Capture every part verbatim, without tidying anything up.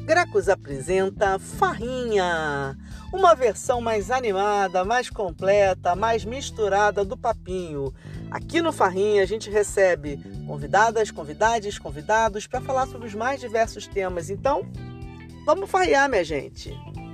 Grecos apresenta Farrinha, uma versão mais animada, mais completa, mais misturada do papinho. Aqui no Farrinha a gente recebe convidadas, convidados, convidados para falar sobre os mais diversos temas. Então, vamos farrear, minha gente!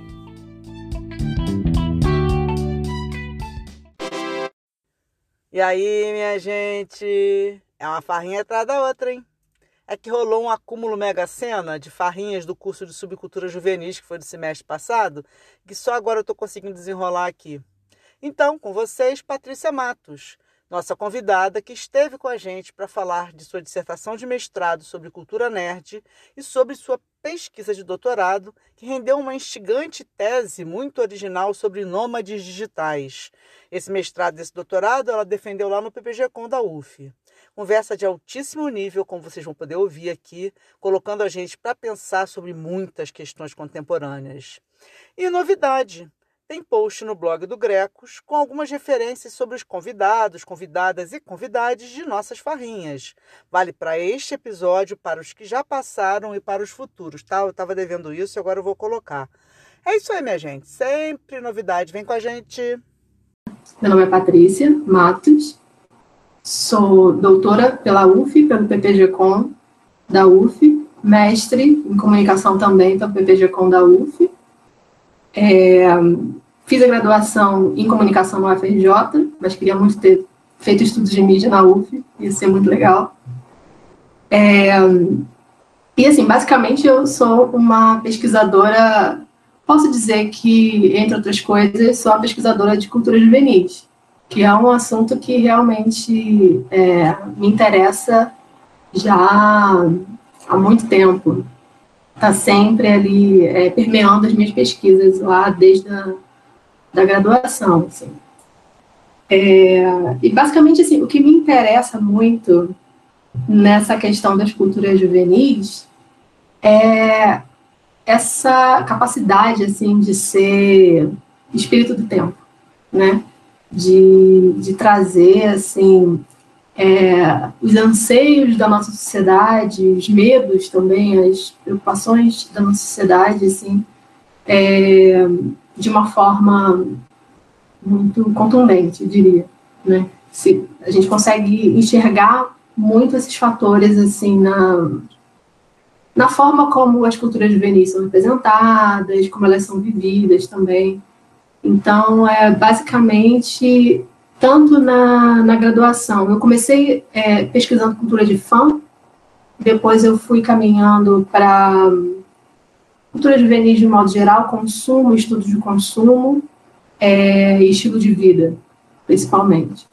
E aí, minha gente? É uma farrinha atrás da outra, hein? É que rolou um acúmulo mega sena de farrinhas do curso de subcultura juvenis, que foi do semestre passado, que só agora eu estou conseguindo desenrolar aqui. Então, com vocês, Patrícia Matos, nossa convidada que esteve com a gente para falar de sua dissertação de mestrado sobre cultura nerd e sobre sua pesquisa de doutorado, que rendeu uma instigante tese muito original sobre nômades digitais. Esse mestrado e esse doutorado ela defendeu lá no P P G Com da U F. Conversa de altíssimo nível, como vocês vão poder ouvir aqui, colocando a gente para pensar sobre muitas questões contemporâneas. E novidade, tem post no blog do Grecos com algumas referências sobre os convidados, convidadas e convidades de nossas farrinhas. Vale para este episódio, para os que já passaram e para os futuros, tá? Eu estava devendo isso e agora eu vou colocar. É isso aí, minha gente. Sempre novidade. Vem com a gente. Meu nome é Patrícia Matos. Sou doutora pela U F, pelo P P G Com da U F, mestre em comunicação também pelo P P G Com da U F. É, fiz a graduação em comunicação no U F R J, mas queria muito ter feito estudos de mídia na U F, ia ser muito legal. É, e assim, basicamente eu sou uma pesquisadora, posso dizer que, entre outras coisas, sou uma pesquisadora de cultura juvenis, que é um assunto que realmente é, me interessa já há muito tempo. Está sempre ali é, permeando as minhas pesquisas lá desde a da graduação. Assim. É, e, basicamente, assim, o que me interessa muito nessa questão das culturas juvenis é essa capacidade assim, de ser espírito do tempo, né? De, de trazer assim, é, os anseios da nossa sociedade, os medos também, as preocupações da nossa sociedade, assim, é, de uma forma muito contundente, eu diria, né? Se a gente consegue enxergar muito esses fatores assim na, na forma como as culturas juvenis são representadas, como elas são vividas também. Então, é basicamente, tanto na, na graduação, eu comecei é, pesquisando cultura de fã, depois eu fui caminhando para cultura juvenil de modo geral, consumo, estudo de consumo é, e estilo de vida, principalmente.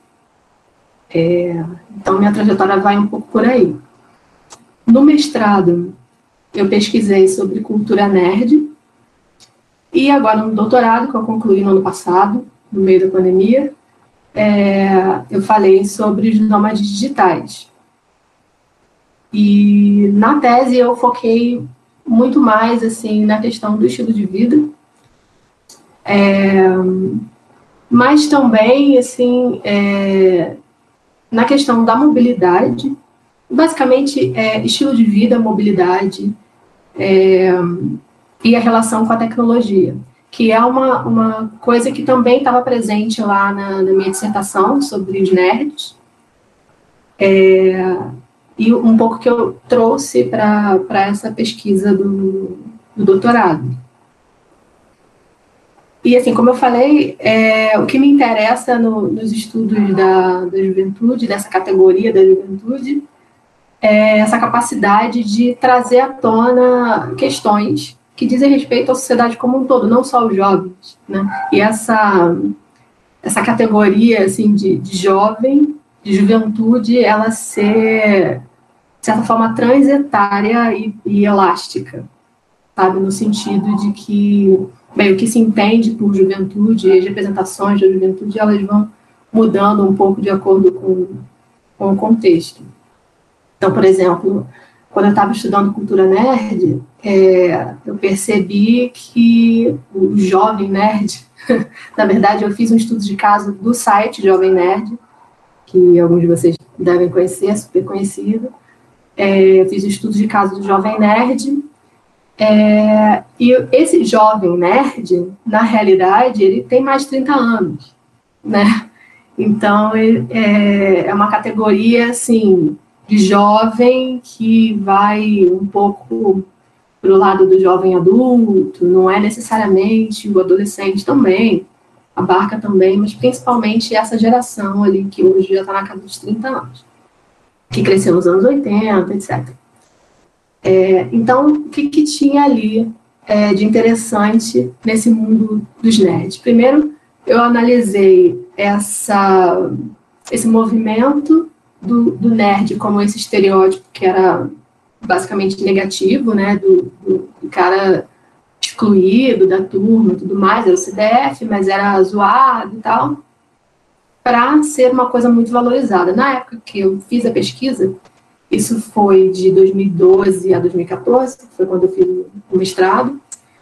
É, então, minha trajetória vai um pouco por aí. No mestrado, eu pesquisei sobre cultura nerd, e agora, no doutorado, que eu concluí no ano passado, no meio da pandemia, é, eu falei sobre os nômades digitais. E na tese eu foquei muito mais assim, na questão do estilo de vida, é, mas também assim, é, na questão da mobilidade, basicamente é, estilo de vida, mobilidade, é, e a relação com a tecnologia, que é uma, uma coisa que também estava presente lá na, na minha dissertação sobre os nerds, é, e um pouco que eu trouxe para essa pesquisa do, do doutorado. E, assim, como eu falei, é, o que me interessa no, nos estudos da, da juventude, dessa categoria da juventude, é essa capacidade de trazer à tona questões que dizem respeito à sociedade como um todo, não só os jovens, né? E essa, essa categoria assim, de, de jovem, de juventude, ela ser, de certa forma, transitária e, e elástica, sabe? No sentido de que, bem, o que se entende por juventude e as representações da juventude, elas vão mudando um pouco de acordo com, com o contexto. Então, por exemplo, quando eu estava estudando cultura nerd, é, eu percebi que o jovem nerd, na verdade, eu fiz um estudo de caso do site Jovem Nerd, que alguns de vocês devem conhecer, é super conhecido. É, eu fiz um estudo de caso do Jovem Nerd, É, e esse jovem nerd, na realidade, ele tem mais de trinta anos, né? Então, é, é uma categoria, assim, de jovem que vai um pouco para o lado do jovem adulto, não é necessariamente o adolescente também, abarca também, mas principalmente essa geração ali que hoje já está na casa dos trinta anos, que cresceu nos anos oitenta, etcétera. É, então, o que, que tinha ali é, de interessante nesse mundo dos nerds? Primeiro, eu analisei essa, esse movimento do, do nerd como esse estereótipo que era basicamente negativo, né, do, do, do cara excluído da turma e tudo mais, era o C D F, mas era zoado e tal, para ser uma coisa muito valorizada. Na época que eu fiz a pesquisa, isso foi de dois mil e doze a dois mil e quatorze, que foi quando eu fiz o mestrado,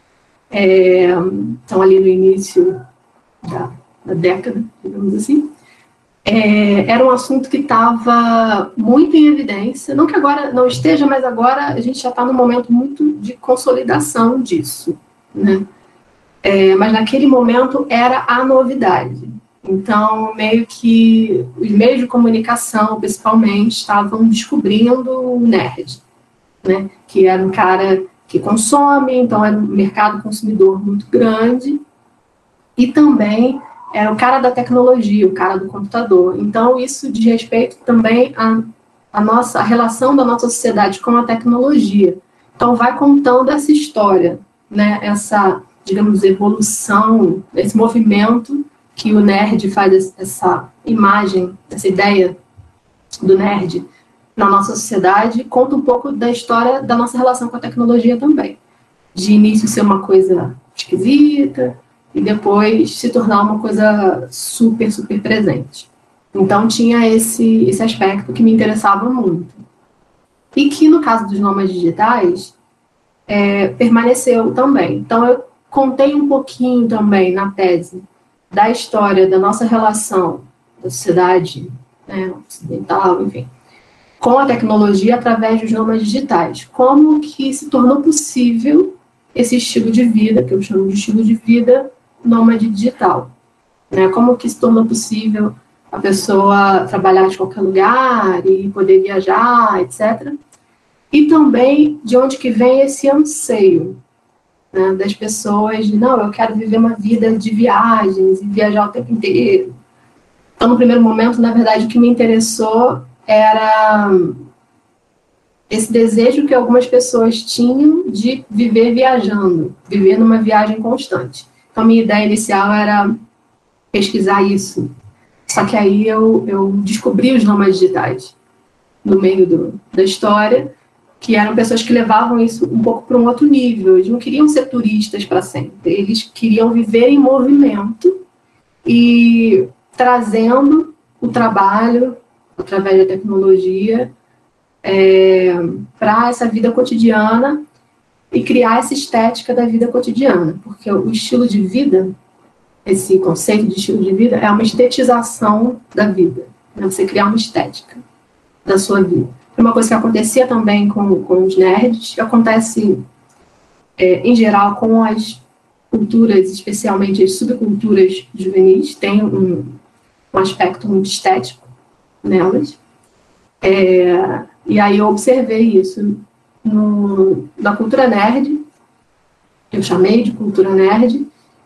é, então ali no início da, da década, digamos assim. É, era um assunto que estava muito em evidência, não que agora não esteja, mas agora a gente já está num momento muito de consolidação disso, né? É, mas naquele momento era a novidade. Então, meio que os meios de comunicação, principalmente, estavam descobrindo o nerd, né? Que era um cara que consome, então era um mercado consumidor muito grande, e também era o cara da tecnologia, o cara do computador. Então, isso diz respeito também à, à nossa à relação da nossa sociedade com a tecnologia. Então, vai contando essa história, né? Essa, digamos, evolução, esse movimento que o nerd faz, essa imagem, essa ideia do nerd na nossa sociedade, conta um pouco da história da nossa relação com a tecnologia também. De início ser uma coisa esquisita, e depois se tornar uma coisa super, super presente. Então, tinha esse, esse aspecto que me interessava muito. E que, no caso dos nômades digitais, é, permaneceu também. Então, eu contei um pouquinho também na tese da história da nossa relação da sociedade, né, ocidental, enfim, com a tecnologia através dos nômades digitais. Como que se tornou possível esse estilo de vida, que eu chamo de estilo de vida nômade digital, né? Como que se tornou possível a pessoa trabalhar de qualquer lugar e poder viajar, etcétera. E também de onde que vem esse anseio, né, das pessoas de, não, eu quero viver uma vida de viagens e viajar o tempo inteiro. Então, no primeiro momento, na verdade, o que me interessou era esse desejo que algumas pessoas tinham de viver viajando, viver numa viagem constante. Então, a minha ideia inicial era pesquisar isso. Só que aí eu, eu descobri os nômades digitais no meio do, da história, que eram pessoas que levavam isso um pouco para um outro nível. Eles não queriam ser turistas para sempre. Eles queriam viver em movimento e trazendo o trabalho, através da tecnologia, é, para essa vida cotidiana e criar essa estética da vida cotidiana, porque o estilo de vida, esse conceito de estilo de vida, é uma estetização da vida, né? Você criar uma estética da sua vida. É uma coisa que acontecia também com, com os nerds, que acontece, é, em geral, com as culturas, especialmente as subculturas juvenis, tem um, um aspecto muito estético nelas. É, e aí eu observei isso no, na cultura nerd, eu chamei de cultura nerd,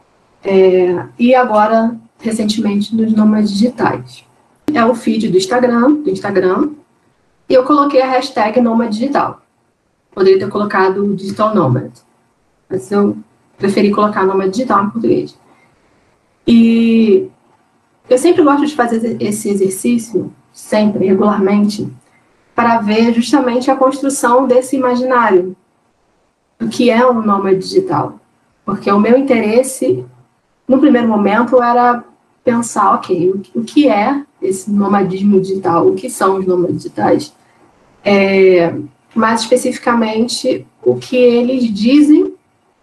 é, e agora, recentemente, nos nômades digitais. É o feed do Instagram, do Instagram, e eu coloquei a hashtag nômade digital. Poderia ter colocado digital nomad, mas eu preferi colocar nômade digital em português. E eu sempre gosto de fazer esse exercício, sempre, regularmente, para ver justamente a construção desse imaginário do que é um nômade digital. Porque o meu interesse, no primeiro momento, era pensar, ok, o que é esse nomadismo digital, o que são os nômades digitais, é, mais especificamente o que eles dizem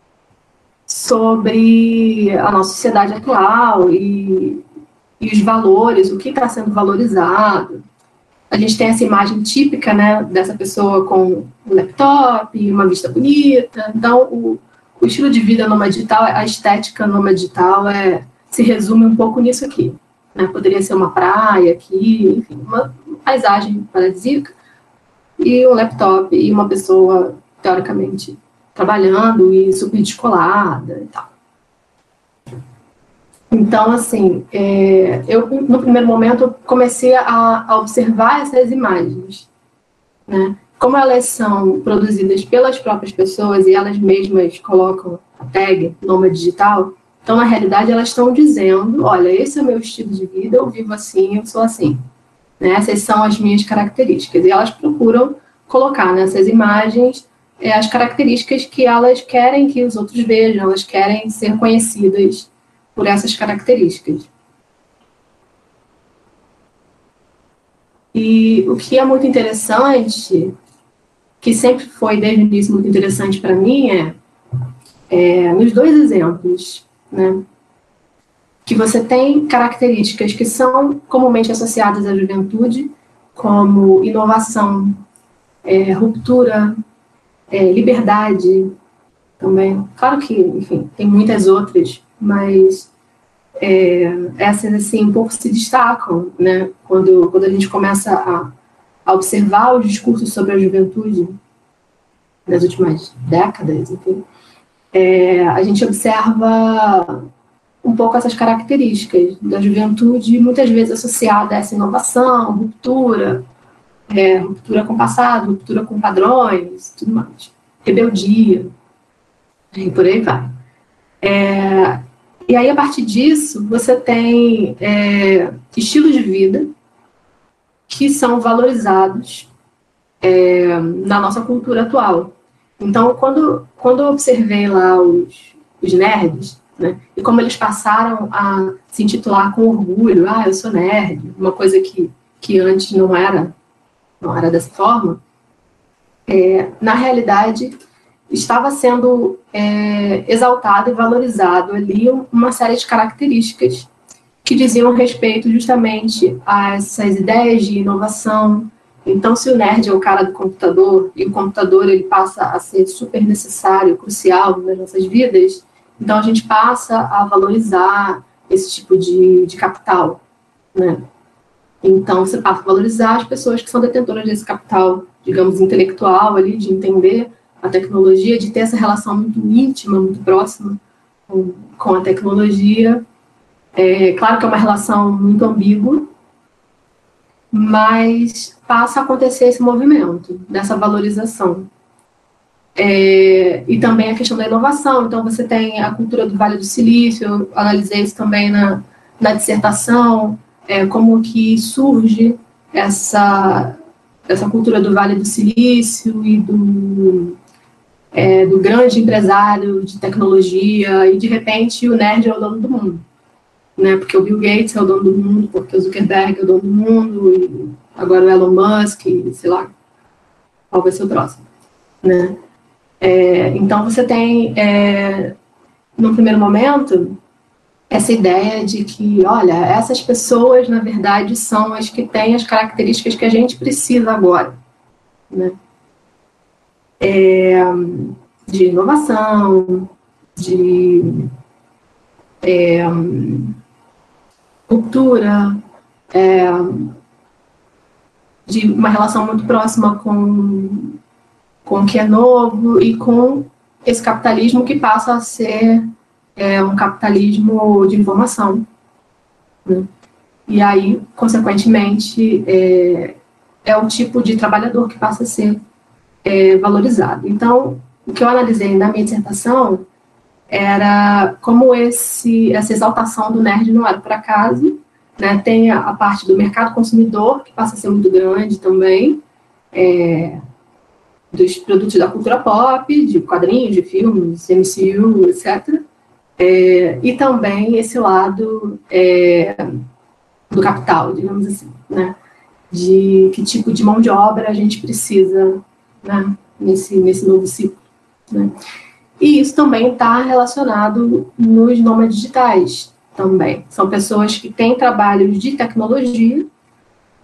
sobre a nossa sociedade atual e, e os valores, o que está sendo valorizado. a gente tem essa imagem típica, né, dessa pessoa com um laptop, uma vista bonita. Então, o, o estilo de vida nômade digital, a estética nômade digital é, se resume um pouco nisso aqui. Né? Poderia ser uma praia aqui, enfim, uma paisagem paradisíaca, e um laptop e uma pessoa, teoricamente, trabalhando e super descolada e tal. Então, assim, é, eu, no primeiro momento, comecei a, a observar essas imagens, né? Como elas são produzidas pelas próprias pessoas e elas mesmas colocam a tag nômade digital, então, na realidade, elas estão dizendo, olha, esse é o meu estilo de vida, eu vivo assim, eu sou assim. Né? Essas são as minhas características. E elas procuram colocar nessas imagens é, as características que elas querem que os outros vejam, elas querem ser conhecidas por essas características. E o que é muito interessante, que sempre foi desde o início muito interessante para mim, é, é nos dois exemplos, né, que você tem características que são comumente associadas à juventude, como inovação, é, ruptura, é, liberdade também. Claro que, enfim, tem muitas outras, mas é, essas, assim, um pouco se destacam, né? Quando, quando a gente começa a, a observar os discursos sobre a juventude das últimas décadas, enfim, é, a gente observa um pouco essas características da juventude, muitas vezes associada a essa inovação, ruptura, é, ruptura com o passado, ruptura com padrões, tudo mais, rebeldia, e por aí vai. É, e aí, a partir disso, você tem é, estilos de vida que são valorizados é, na nossa cultura atual. Então, quando, quando eu observei lá os, os nerds, né, e como eles passaram a se intitular com orgulho, ah, eu sou nerd, uma coisa que, que antes não era, não era dessa forma, é, na realidade estava sendo é, exaltado e valorizado ali uma série de características que diziam respeito justamente a essas ideias de inovação. Então, se o nerd é o cara do computador, e o computador ele passa a ser super necessário, crucial nas nossas vidas, então a gente passa a valorizar esse tipo de, de capital, né? Então, você passa a valorizar as pessoas que são detentoras desse capital, digamos, intelectual ali, de entender a tecnologia, de ter essa relação muito íntima, muito próxima com, com a tecnologia. É claro que é uma relação muito ambígua, mas passa a acontecer esse movimento, dessa valorização. É, e também a questão da inovação. Então, você tem a cultura do Vale do Silício, eu analisei isso também na, na dissertação, é, como que surge essa, essa cultura do Vale do Silício e do, é, do grande empresário de tecnologia, e de repente o nerd é o dono do mundo. Né, porque o Bill Gates é o dono do mundo, porque o Zuckerberg é o dono do mundo, e agora o Elon Musk, sei lá, qual vai ser o próximo. Né? É, então, você tem, é, no primeiro momento, essa ideia de que, olha, essas pessoas, na verdade, são as que têm as características que a gente precisa agora. Né? É, de inovação, de... É, ruptura, é, de uma relação muito próxima com, com o que é novo e com esse capitalismo que passa a ser é, um capitalismo de informação. Né? E aí, consequentemente, é, é o tipo de trabalhador que passa a ser é, valorizado. Então, o que eu analisei na minha dissertação era como esse, essa exaltação do nerd não era por acaso, né? Tem a, a parte do mercado consumidor, que passa a ser muito grande também, é, dos produtos da cultura pop, de quadrinhos, de filmes, M C U, etcétera. É, e também esse lado é, do capital, digamos assim, né? De que tipo de mão de obra a gente precisa, né? nesse, nesse novo ciclo. Né? E isso também está relacionado nos nômades digitais também. São pessoas que têm trabalhos de tecnologia,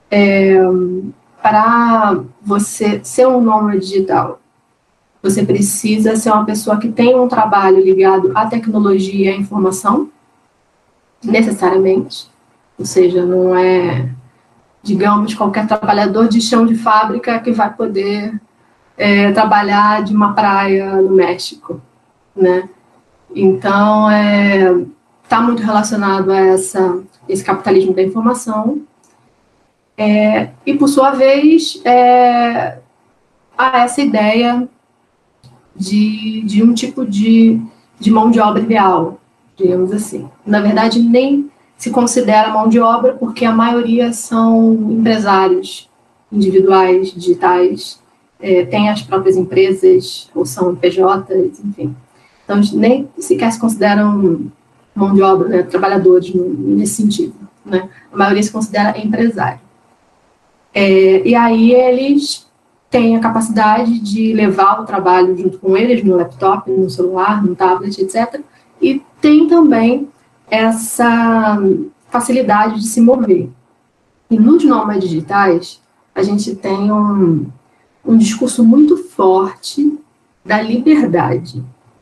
é, para você ser um nômade digital, você precisa ser uma pessoa que tem um trabalho ligado à tecnologia e à informação, necessariamente. Ou seja, não é, digamos, qualquer trabalhador de chão de fábrica que vai poder é, trabalhar de uma praia no México, né? Então, é, está muito relacionado a essa, esse capitalismo da informação. É, e, por sua vez, é, a essa ideia de, de um tipo de, de mão de obra ideal, digamos assim. Na verdade, nem se considera mão de obra, porque a maioria são empresários individuais, digitais, é, têm as próprias empresas, ou são P Js, enfim. Então, nem sequer se consideram mão de obra, né, trabalhadores nesse sentido, né? A maioria se considera empresário. É, e aí eles têm a capacidade de levar o trabalho junto com eles no laptop, no celular, no tablet, etcétera. E tem também essa facilidade de se mover. E nos nômades digitais, a gente tem um, um discurso muito forte da liberdade.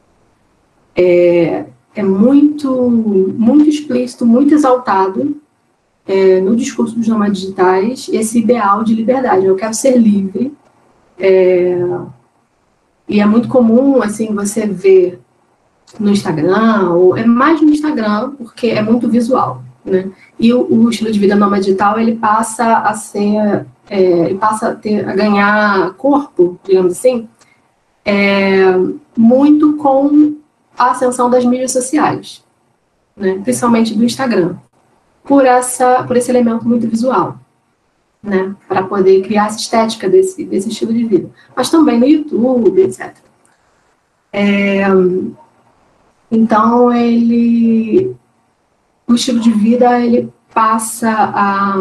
É, é muito, muito explícito, muito exaltado é, no discurso dos nômades digitais esse ideal de liberdade. Eu quero ser livre. É, e é muito comum assim, você ver no Instagram, ou é mais no Instagram, porque é muito visual, né? E o, o estilo de vida nômade digital, ele passa a ser, é, ele passa a, ter, a ganhar corpo, digamos assim, é, muito com a ascensão das mídias sociais, né? Principalmente do Instagram, por, essa, por esse elemento muito visual, né? Para poder criar essa estética desse, desse estilo de vida. Mas também no YouTube, etcétera. É, então, ele, o estilo de vida, ele passa a,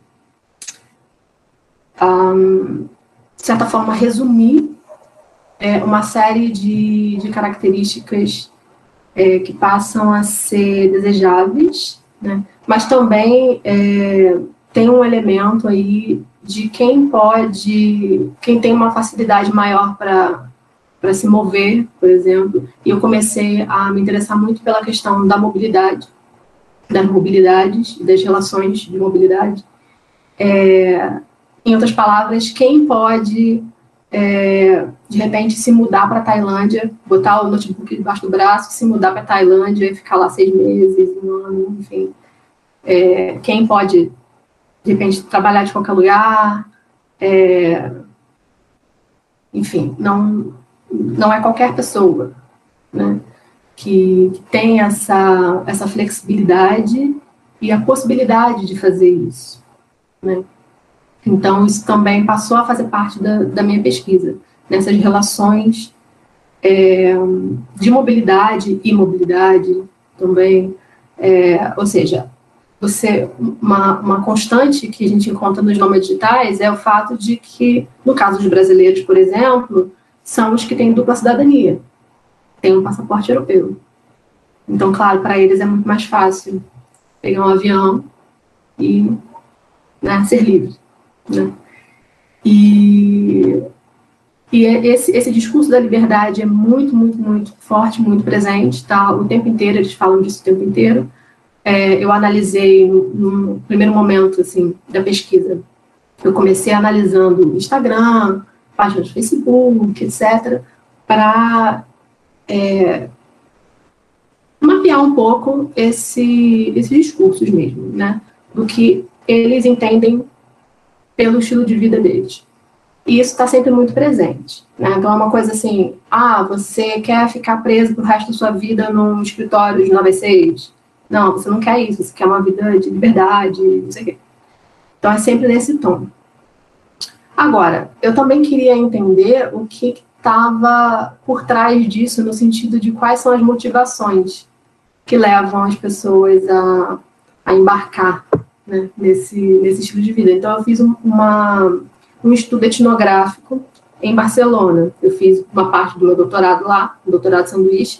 a de certa forma, resumir é, uma série de, de características é, que passam a ser desejáveis, né? Mas também é, tem um elemento aí de quem pode, quem tem uma facilidade maior para para se mover, por exemplo, e eu comecei a me interessar muito pela questão da mobilidade, das mobilidades, das relações de mobilidade. É, em outras palavras, quem pode, é, de repente, se mudar para a Tailândia, botar o notebook debaixo do braço, se mudar para a Tailândia e ficar lá seis meses, um ano, enfim. É, quem pode, de repente, trabalhar de qualquer lugar, é, enfim, não... não é qualquer pessoa, né, que, que tem essa, essa flexibilidade e a possibilidade de fazer isso, né? Então, isso também passou a fazer parte da, da minha pesquisa, nessas relações é, de mobilidade e mobilidade também, é, ou seja, você, uma, uma constante que a gente encontra nos nômades digitais é o fato de que, no caso dos brasileiros, por exemplo, são os que têm dupla cidadania, têm um passaporte europeu. Então, claro, para eles é muito mais fácil pegar um avião e, né, ser livre, né? E, e esse, esse discurso da liberdade é muito, muito, muito forte, muito presente, tá? O tempo inteiro, eles falam disso o tempo inteiro. É, eu analisei, no primeiro momento, assim, da pesquisa, eu comecei analisando Instagram, páginas do Facebook, etcétera, para é, mapear um pouco esse, esses discursos mesmo, né, do que eles entendem pelo estilo de vida deles. E isso está sempre muito presente, né? Então é uma coisa assim, ah, você quer ficar preso pro resto da sua vida num escritório de nove às seis? Não, você não quer isso, você quer uma vida de liberdade, não sei o quê. Então é sempre nesse tom. Agora, eu também queria entender o que estava por trás disso, no sentido de quais são as motivações que levam as pessoas a, a embarcar, né, nesse, nesse estilo de vida. Então, eu fiz um, uma, um estudo etnográfico em Barcelona. Eu fiz uma parte do meu doutorado lá, um doutorado sanduíche,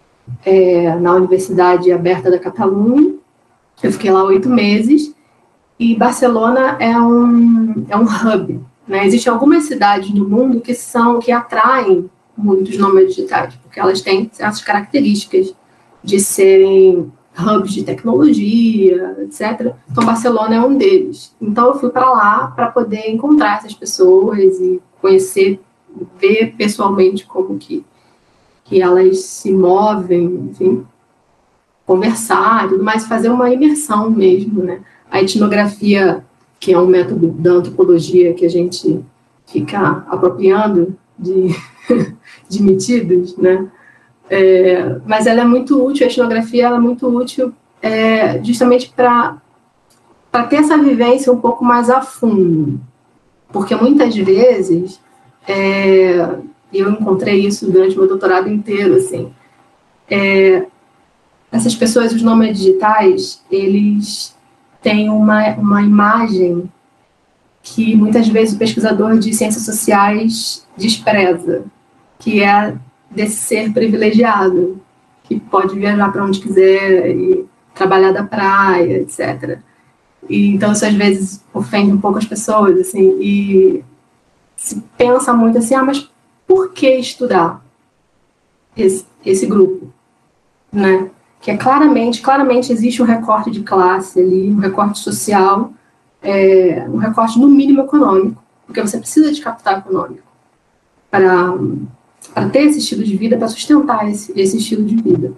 é, na Universidade Aberta da Catalunha. Eu fiquei lá oito meses. e Barcelona é um, é um hub, né? Existem algumas cidades no mundo que são que atraem muitos nômades digitais, porque elas têm essas características de serem hubs de tecnologia, etcétera. Então, Barcelona é um deles. Então, eu fui para lá para poder encontrar essas pessoas e conhecer, ver pessoalmente como que, que elas se movem, enfim, conversar e tudo mais, fazer uma imersão mesmo, né? A etnografia, que é um método da antropologia que a gente fica apropriando de, de metidos, né? É, mas ela é muito útil, a etnografia ela é muito útil é, justamente para ter essa vivência um pouco mais a fundo, porque muitas vezes, é, eu encontrei isso durante o meu doutorado inteiro, assim, é, essas pessoas, os nômades digitais, eles têm uma, uma imagem que muitas vezes o pesquisador de ciências sociais despreza, que é desse ser privilegiado, que pode viajar para onde quiser e trabalhar da praia, etcétera. E, então, isso às vezes ofende um pouco as pessoas, assim, e se pensa muito assim, ah, mas por que estudar esse, esse grupo, né? Que é claramente, claramente existe um recorte de classe ali, um recorte social, é, um recorte no mínimo econômico, porque você precisa de capital econômico para para ter esse estilo de vida, para sustentar esse, esse estilo de vida.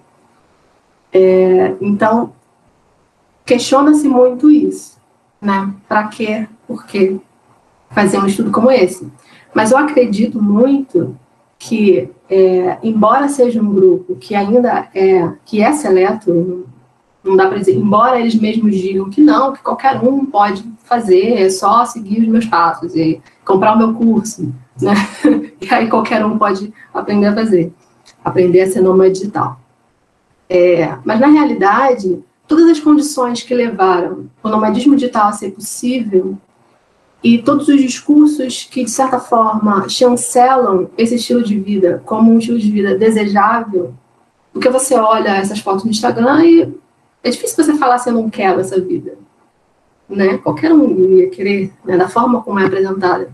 É, então, questiona-se muito isso, né? Para quê? Por quê fazer um estudo como esse? Mas eu acredito muito que, é, embora seja um grupo que ainda é, que é seleto, não dá para dizer, embora eles mesmos digam que não, que qualquer um pode fazer, é só seguir os meus passos e comprar o meu curso, né? E aí qualquer um pode aprender a fazer, aprender a ser nômade digital. É, mas, na realidade, todas as condições que levaram o nomadismo digital a ser possível e todos os discursos que, de certa forma, chancelam esse estilo de vida como um estilo de vida desejável, porque você olha essas fotos no Instagram e é difícil você falar assim, eu não quero essa vida, né? Qualquer um ia querer, né, da forma como é apresentada.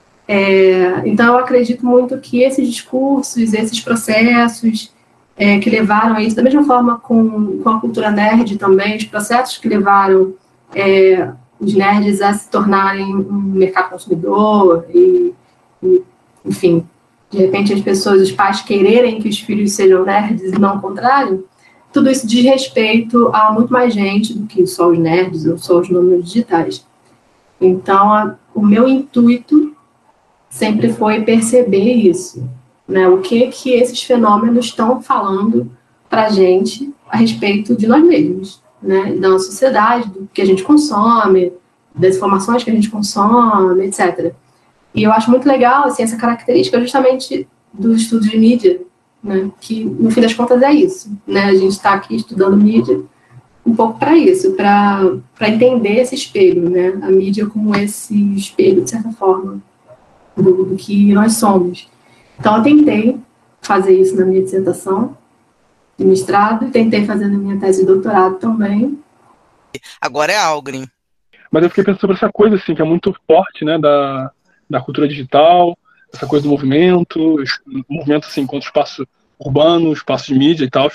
É, então, eu acredito muito que esses discursos, esses processos é, que levaram a isso, da mesma forma com, com a cultura nerd também, os processos que levaram é, os nerds a se tornarem um mercado consumidor e, e, enfim, de repente as pessoas, os pais quererem que os filhos sejam nerds e não o contrário, tudo isso diz respeito a muito mais gente do que só os nerds ou só os nômades digitais. Então, a, o meu intuito sempre foi perceber isso, né? O que que esses fenômenos estão falando para a gente a respeito de nós mesmos, né? Da nossa sociedade, do que a gente consome, das informações que a gente consome, etcétera. E eu acho muito legal assim, essa característica justamente do estudo de mídia, né? Que, no fim das contas, é isso, né? A gente está aqui estudando mídia um pouco para isso, para entender esse espelho, né? A mídia como esse espelho, de certa forma, do, do que nós somos. Então, eu tentei fazer isso na minha dissertação de mestrado e tentei fazer na minha tese de doutorado também. Agora é Algrim. Mas eu fiquei pensando sobre essa coisa, assim, que é muito forte, né, da, da cultura digital, essa coisa do movimento, movimento, assim, contra o espaço urbano, espaço de mídia e tal.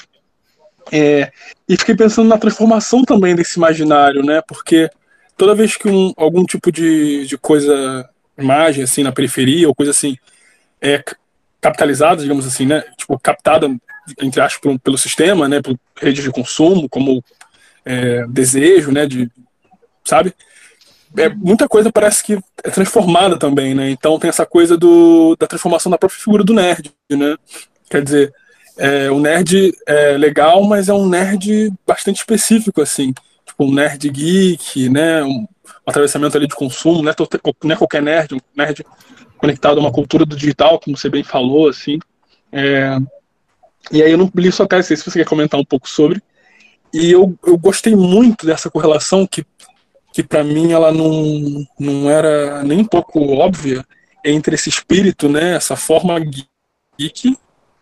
É, e fiquei pensando na transformação também desse imaginário, né, porque toda vez que um, algum tipo de, de coisa, imagem, assim, na periferia, ou coisa assim, é capitalizada, digamos assim, né, tipo, captada, entre aspas, pelo, pelo sistema, né, por redes de consumo, como é, desejo, né, de, sabe? É, muita coisa parece que é transformada também, né? Então tem essa coisa do, da transformação da própria figura do nerd, né? Quer dizer, é, o nerd é legal, mas é um nerd bastante específico, assim. Tipo, um nerd geek, né? Um, um atravessamento ali de consumo, não é, não é qualquer nerd, um nerd conectado a uma cultura do digital, como você bem falou, assim. É, e aí eu não li sua tese, se você quer comentar um pouco sobre. E eu, eu gostei muito dessa correlação que que para mim ela não, não era nem um pouco óbvia entre esse espírito, né, essa forma geek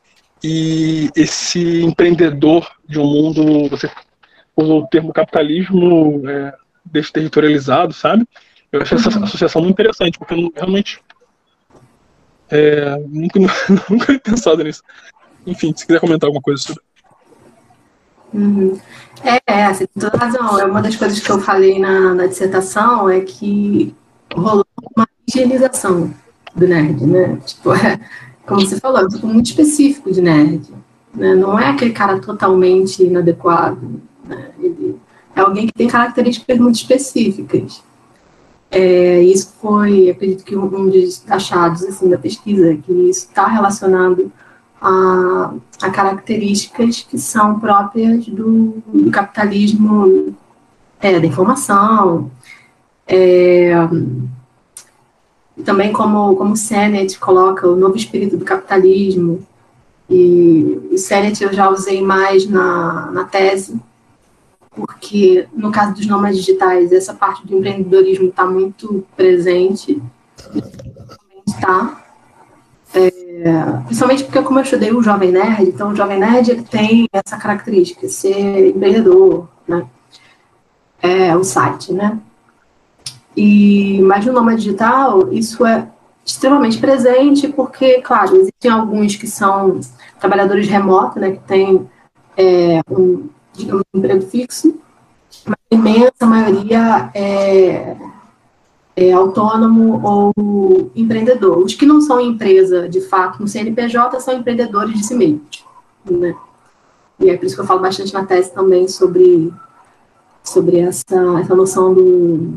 e esse empreendedor de um mundo, você usou o termo capitalismo é, desterritorializado, sabe? Eu achei essa associação muito interessante, porque eu não, realmente é, nunca, nunca tinha pensado nisso. Enfim, se quiser comentar alguma coisa sobre. Uhum. É, é, você tem toda razão. É uma das coisas que eu falei na, na dissertação é que rolou uma higienização do nerd, né? Tipo, é, como você falou, é um tipo muito específico de nerd, né? Não é aquele cara totalmente inadequado, né? Ele é alguém que tem características muito específicas. É, isso foi, acredito que um dos achados assim, da pesquisa, que isso está relacionado a, a características que são próprias do, do capitalismo é, da informação. É, também como, como Sennett coloca o novo espírito do capitalismo, e o Sennett eu já usei mais na, na tese, porque no caso dos nômades digitais, essa parte do empreendedorismo está muito presente, está, é, principalmente porque como eu estudei o Jovem Nerd, então o Jovem Nerd ele tem essa característica, ser empreendedor, né? É o site, né? E, mas no nômade digital, isso é extremamente presente, porque, claro, existem alguns que são trabalhadores remotos, né, que têm é, um, digamos, um emprego fixo, mas a imensa maioria é, é autônomo ou empreendedor. Os que não são empresa, de fato, no C N P J, são empreendedores de si mesmos, né? E é por isso que eu falo bastante na tese também sobre, sobre essa, essa noção do,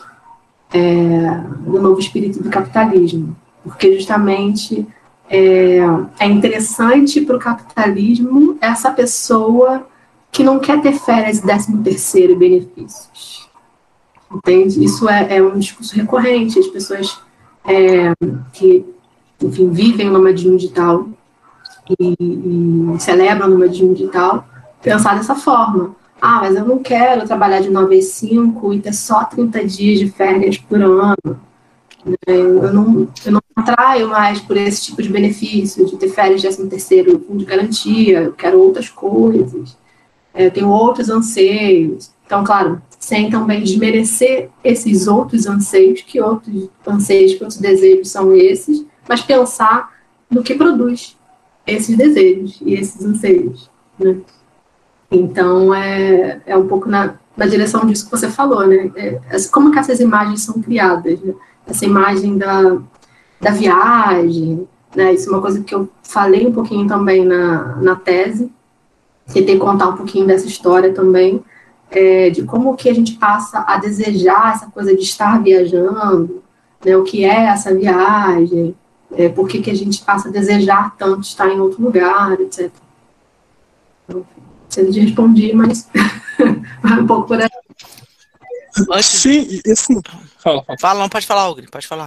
é, do novo espírito do capitalismo, porque justamente é, é interessante para o capitalismo essa pessoa que não quer ter férias e décimo terceiro e benefícios. Entende? Isso é, é um discurso recorrente. As pessoas é, que, enfim, vivem no nomadismo digital e, e celebram o nomadismo digital pensar dessa forma. Ah, mas eu não quero trabalhar de nove às cinco e ter só trinta dias de férias por ano. Eu não, eu não atraio mais por esse tipo de benefício, de ter férias de décimo terceiro, fundo de garantia, eu quero outras coisas. Eu tenho outros anseios. Então, claro, sem também desmerecer esses outros anseios, que outros anseios, que outros desejos são esses, mas pensar no que produz esses desejos e esses anseios, né? Então, é, é um pouco na, na direção disso que você falou, né? É, como que essas imagens são criadas, né? Essa imagem da, da viagem, né? Isso é uma coisa que eu falei um pouquinho também na, na tese, tentei contar um pouquinho dessa história também, é, de como que a gente passa a desejar essa coisa de estar viajando, né? O que é essa viagem, é, por que que a gente passa a desejar tanto estar em outro lugar, etcétera. Então, eu te respondi, mas vai um pouco por aí. Antes... Sim, e assim... Fala, fala. Fala, não, pode falar, Ogri, pode falar.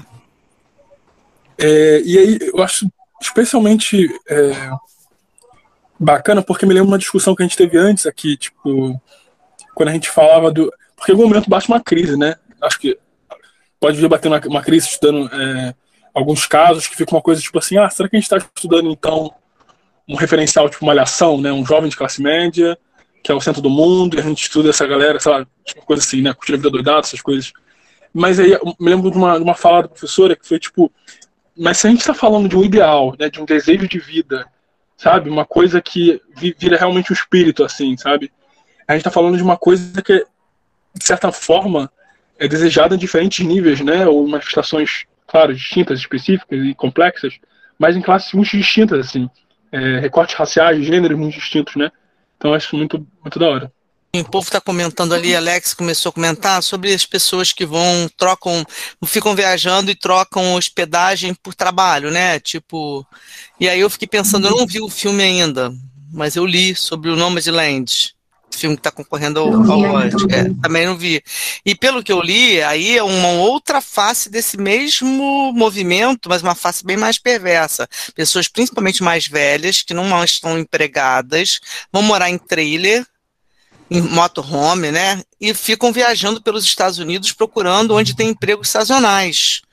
É, e aí, eu acho especialmente é, bacana, porque me lembra uma discussão que a gente teve antes aqui, tipo, quando a gente falava do... Porque em algum momento bate uma crise, né? Acho que pode vir batendo uma, uma crise estudando é, alguns casos que fica uma coisa tipo assim, ah, será que a gente está estudando, então, um referencial tipo Malhação, né? Um jovem de classe média, que é o centro do mundo, e a gente estuda essa galera, sei lá, tipo, coisa assim, né? Curtir a vida doidada, essas coisas. Mas aí eu me lembro de uma, de uma fala da professora que foi tipo, mas se a gente está falando de um ideal, né? De um desejo de vida, sabe? Uma coisa que vira realmente um espírito, assim, sabe? A gente está falando de uma coisa que, de certa forma, é desejada em diferentes níveis, né? Ou manifestações, claro, distintas, específicas e complexas, mas em classes muito distintas, assim. É, recortes raciais, gêneros muito distintos, né? Então acho muito, muito da hora. O povo está comentando ali, Alex começou a comentar sobre as pessoas que vão, trocam, ficam viajando e trocam hospedagem por trabalho, né? Tipo, e aí eu fiquei pensando, eu não vi o filme ainda, mas eu li sobre o Nomadland, o filme que está concorrendo ao, ao Oscar. É, também não vi. E pelo que eu li, aí é uma outra face desse mesmo movimento, mas uma face bem mais perversa. Pessoas principalmente mais velhas, que não estão empregadas, vão morar em trailer, em motorhome, né? E ficam viajando pelos Estados Unidos procurando onde tem empregos sazonais.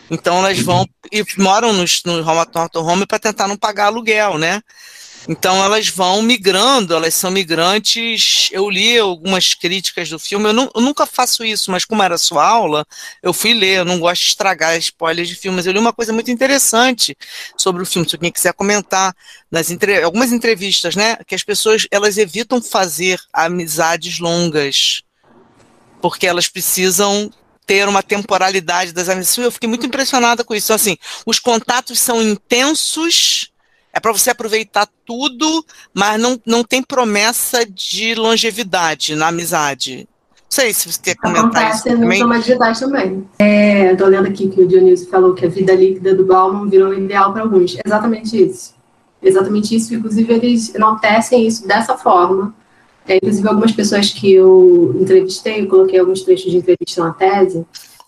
Então elas vão e moram nos, no motorhome para tentar não pagar aluguel, né? Então elas vão migrando, elas são migrantes. Eu li algumas críticas do filme, eu, não, eu nunca faço isso, mas como era sua aula, eu fui ler, eu não gosto de estragar spoilers de filmes. Eu li uma coisa muito interessante sobre o filme, se alguém quiser comentar, nas entre, algumas entrevistas, né, que as pessoas elas evitam fazer amizades longas, porque elas precisam ter uma temporalidade das amizades. Eu fiquei muito impressionada com isso. Então, assim, os contatos são intensos, é para você aproveitar tudo, mas não, não tem promessa de longevidade na amizade. Não sei se você quer comentar isso também. Acontece no Nômade Digitais também. É, Estou lendo aqui que o Dionísio falou que a vida líquida do Bauman virou ideal para alguns. Exatamente isso. Exatamente isso. Inclusive, eles enaltecem isso dessa forma. É, inclusive, algumas pessoas que eu entrevistei, eu coloquei alguns trechos de entrevista na tese,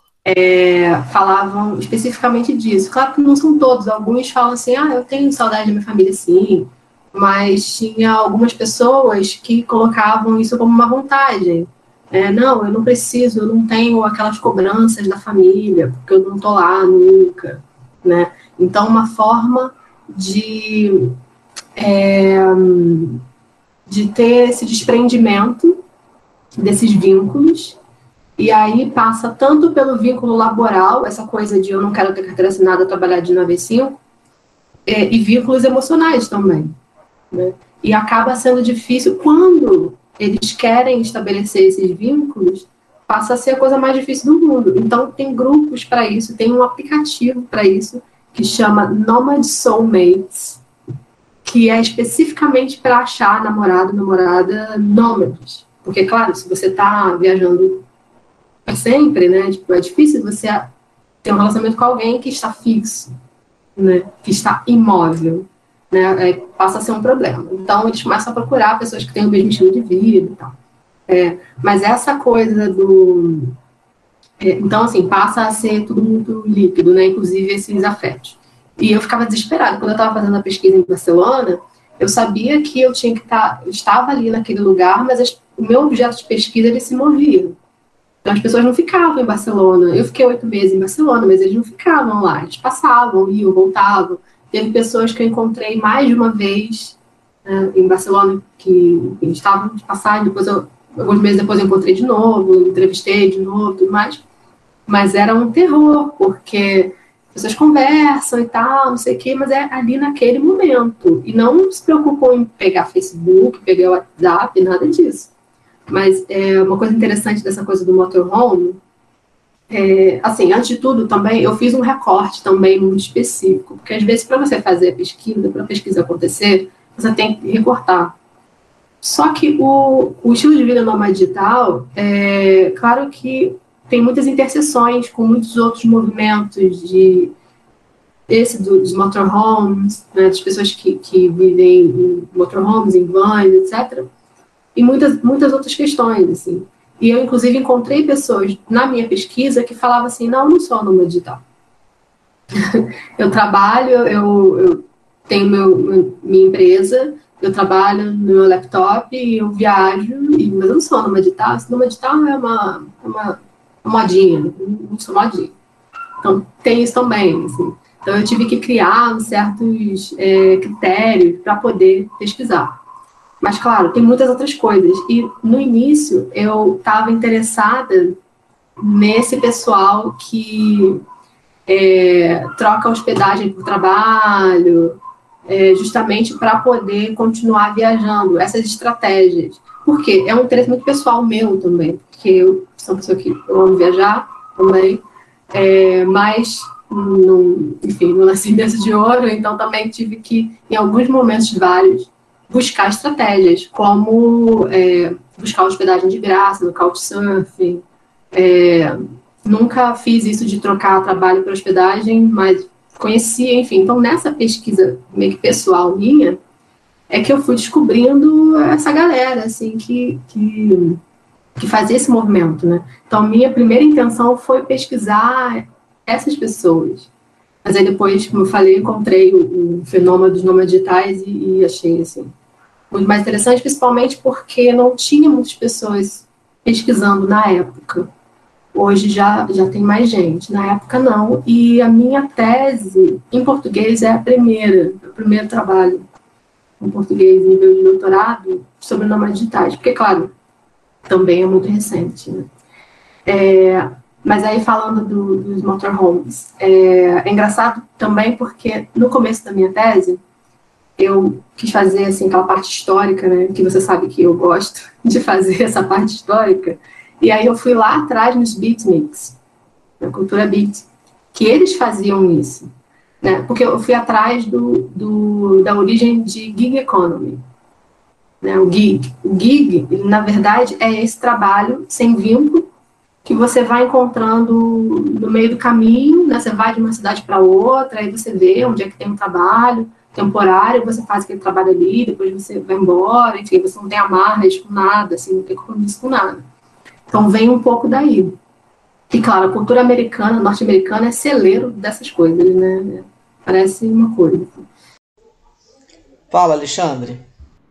é, falavam especificamente disso. Claro que não são todos, alguns falam assim, ah, eu tenho saudade da minha família, sim, mas tinha algumas pessoas que colocavam isso como uma vantagem. É, não, eu não preciso, eu não tenho aquelas cobranças da família, porque eu não estou lá nunca, né? Então, uma forma de, é, de ter esse desprendimento desses vínculos. E aí passa tanto pelo vínculo laboral, essa coisa de eu não quero ter carteira assinada, trabalhar de nove a cinco, e, e vínculos emocionais também, né? E acaba sendo difícil quando eles querem estabelecer esses vínculos, passa a ser a coisa mais difícil do mundo. Então tem grupos para isso, tem um aplicativo para isso, que chama Nomad Soulmates, que é especificamente para achar namorado, namorada nômades. Porque, claro, se você está viajando sempre, né? Tipo, é difícil você ter um relacionamento com alguém que está fixo, né? Que está imóvel, né? É, passa a ser um problema. Então, eles começam a procurar pessoas que têm o mesmo estilo de vida e tal. É, mas essa coisa do... É, então, assim, passa a ser tudo muito líquido, né? Inclusive esses afetos. E eu ficava desesperada. Quando eu estava fazendo a pesquisa em Barcelona, eu sabia que eu tinha que estar... Eu estava ali naquele lugar, mas as, o meu objeto de pesquisa, ele se movia. Então, as pessoas não ficavam em Barcelona. Eu fiquei oito meses em Barcelona, mas eles não ficavam lá. Eles passavam, iam, voltavam. Teve pessoas que eu encontrei mais de uma vez, né, em Barcelona, que eles estavam de passagem. Depois, eu, alguns meses depois, eu encontrei de novo, entrevistei de novo, tudo mais. Mas era um terror, porque as pessoas conversam e tal, não sei o quê, mas é ali naquele momento. E não se preocupam em pegar Facebook, pegar WhatsApp, nada disso. Mas é, uma coisa interessante dessa coisa do motorhome, é, assim, antes de tudo também, eu fiz um recorte também muito específico, porque às vezes para você fazer a pesquisa, para a pesquisa acontecer, você tem que recortar. Só que o, o estilo de vida nômade digital, é claro que tem muitas interseções com muitos outros movimentos, de esse dos motorhomes, né, das pessoas que, que vivem em motorhomes, em vans, etcétera, e muitas, muitas outras questões, assim. E eu, inclusive, encontrei pessoas na minha pesquisa que falavam assim, não, eu não sou nômade digital. Eu trabalho, eu, eu tenho meu, minha empresa, eu trabalho no meu laptop, eu viajo, e, mas eu não sou nômade digital. Esse nômade digital é uma, uma, uma modinha, não sou modinha. Então, tem isso também, assim. Então, eu tive que criar certos é, critérios para poder pesquisar. Mas, claro, tem muitas outras coisas. E, no início, eu estava interessada nesse pessoal que é, troca hospedagem por trabalho, é, justamente para poder continuar viajando, essas estratégias. Por quê? É um interesse muito pessoal meu também, porque eu sou uma pessoa que eu amo viajar também, é, mas, não, enfim, não nasci em berço de ouro, então também tive que, em alguns momentos vários, buscar estratégias, como é, buscar hospedagem de graça no Couchsurfing. É, nunca fiz isso de trocar trabalho por hospedagem, mas conhecia, enfim. Então, nessa pesquisa meio que pessoal minha, é que eu fui descobrindo essa galera, assim, que, que, que fazia esse movimento, né? Então, minha primeira intenção foi pesquisar essas pessoas. Mas aí depois, como eu falei, encontrei o, o fenômeno dos nômades digitais e, e achei, assim, muito mais interessante, principalmente porque não tinha muitas pessoas pesquisando na época. Hoje já, já tem mais gente, na época não. E a minha tese em português é a primeira, o primeiro trabalho em português, nível de doutorado, sobre nômades digitais, porque, claro, também é muito recente, né? É, mas aí, falando do, dos motorhomes, é, é engraçado também porque, no começo da minha tese, eu quis fazer, assim, aquela parte histórica, né, que você sabe que eu gosto de fazer essa parte histórica, e aí eu fui lá atrás nos beatniks, na cultura beat, que eles faziam isso, né, porque eu fui atrás do, do, da origem de gig economy, né, o gig. O gig, ele, na verdade, é esse trabalho sem vínculo que você vai encontrando no meio do caminho, né, você vai de uma cidade para outra, aí você vê onde é que tem um trabalho temporário, você faz aquele trabalho ali, depois você vai embora, enfim, você não tem amarras com nada, assim, não tem compromisso com nada. Então, vem um pouco daí. E, claro, a cultura americana, norte-americana, é celeiro dessas coisas, né? Parece uma coisa. Fala, Alexandre.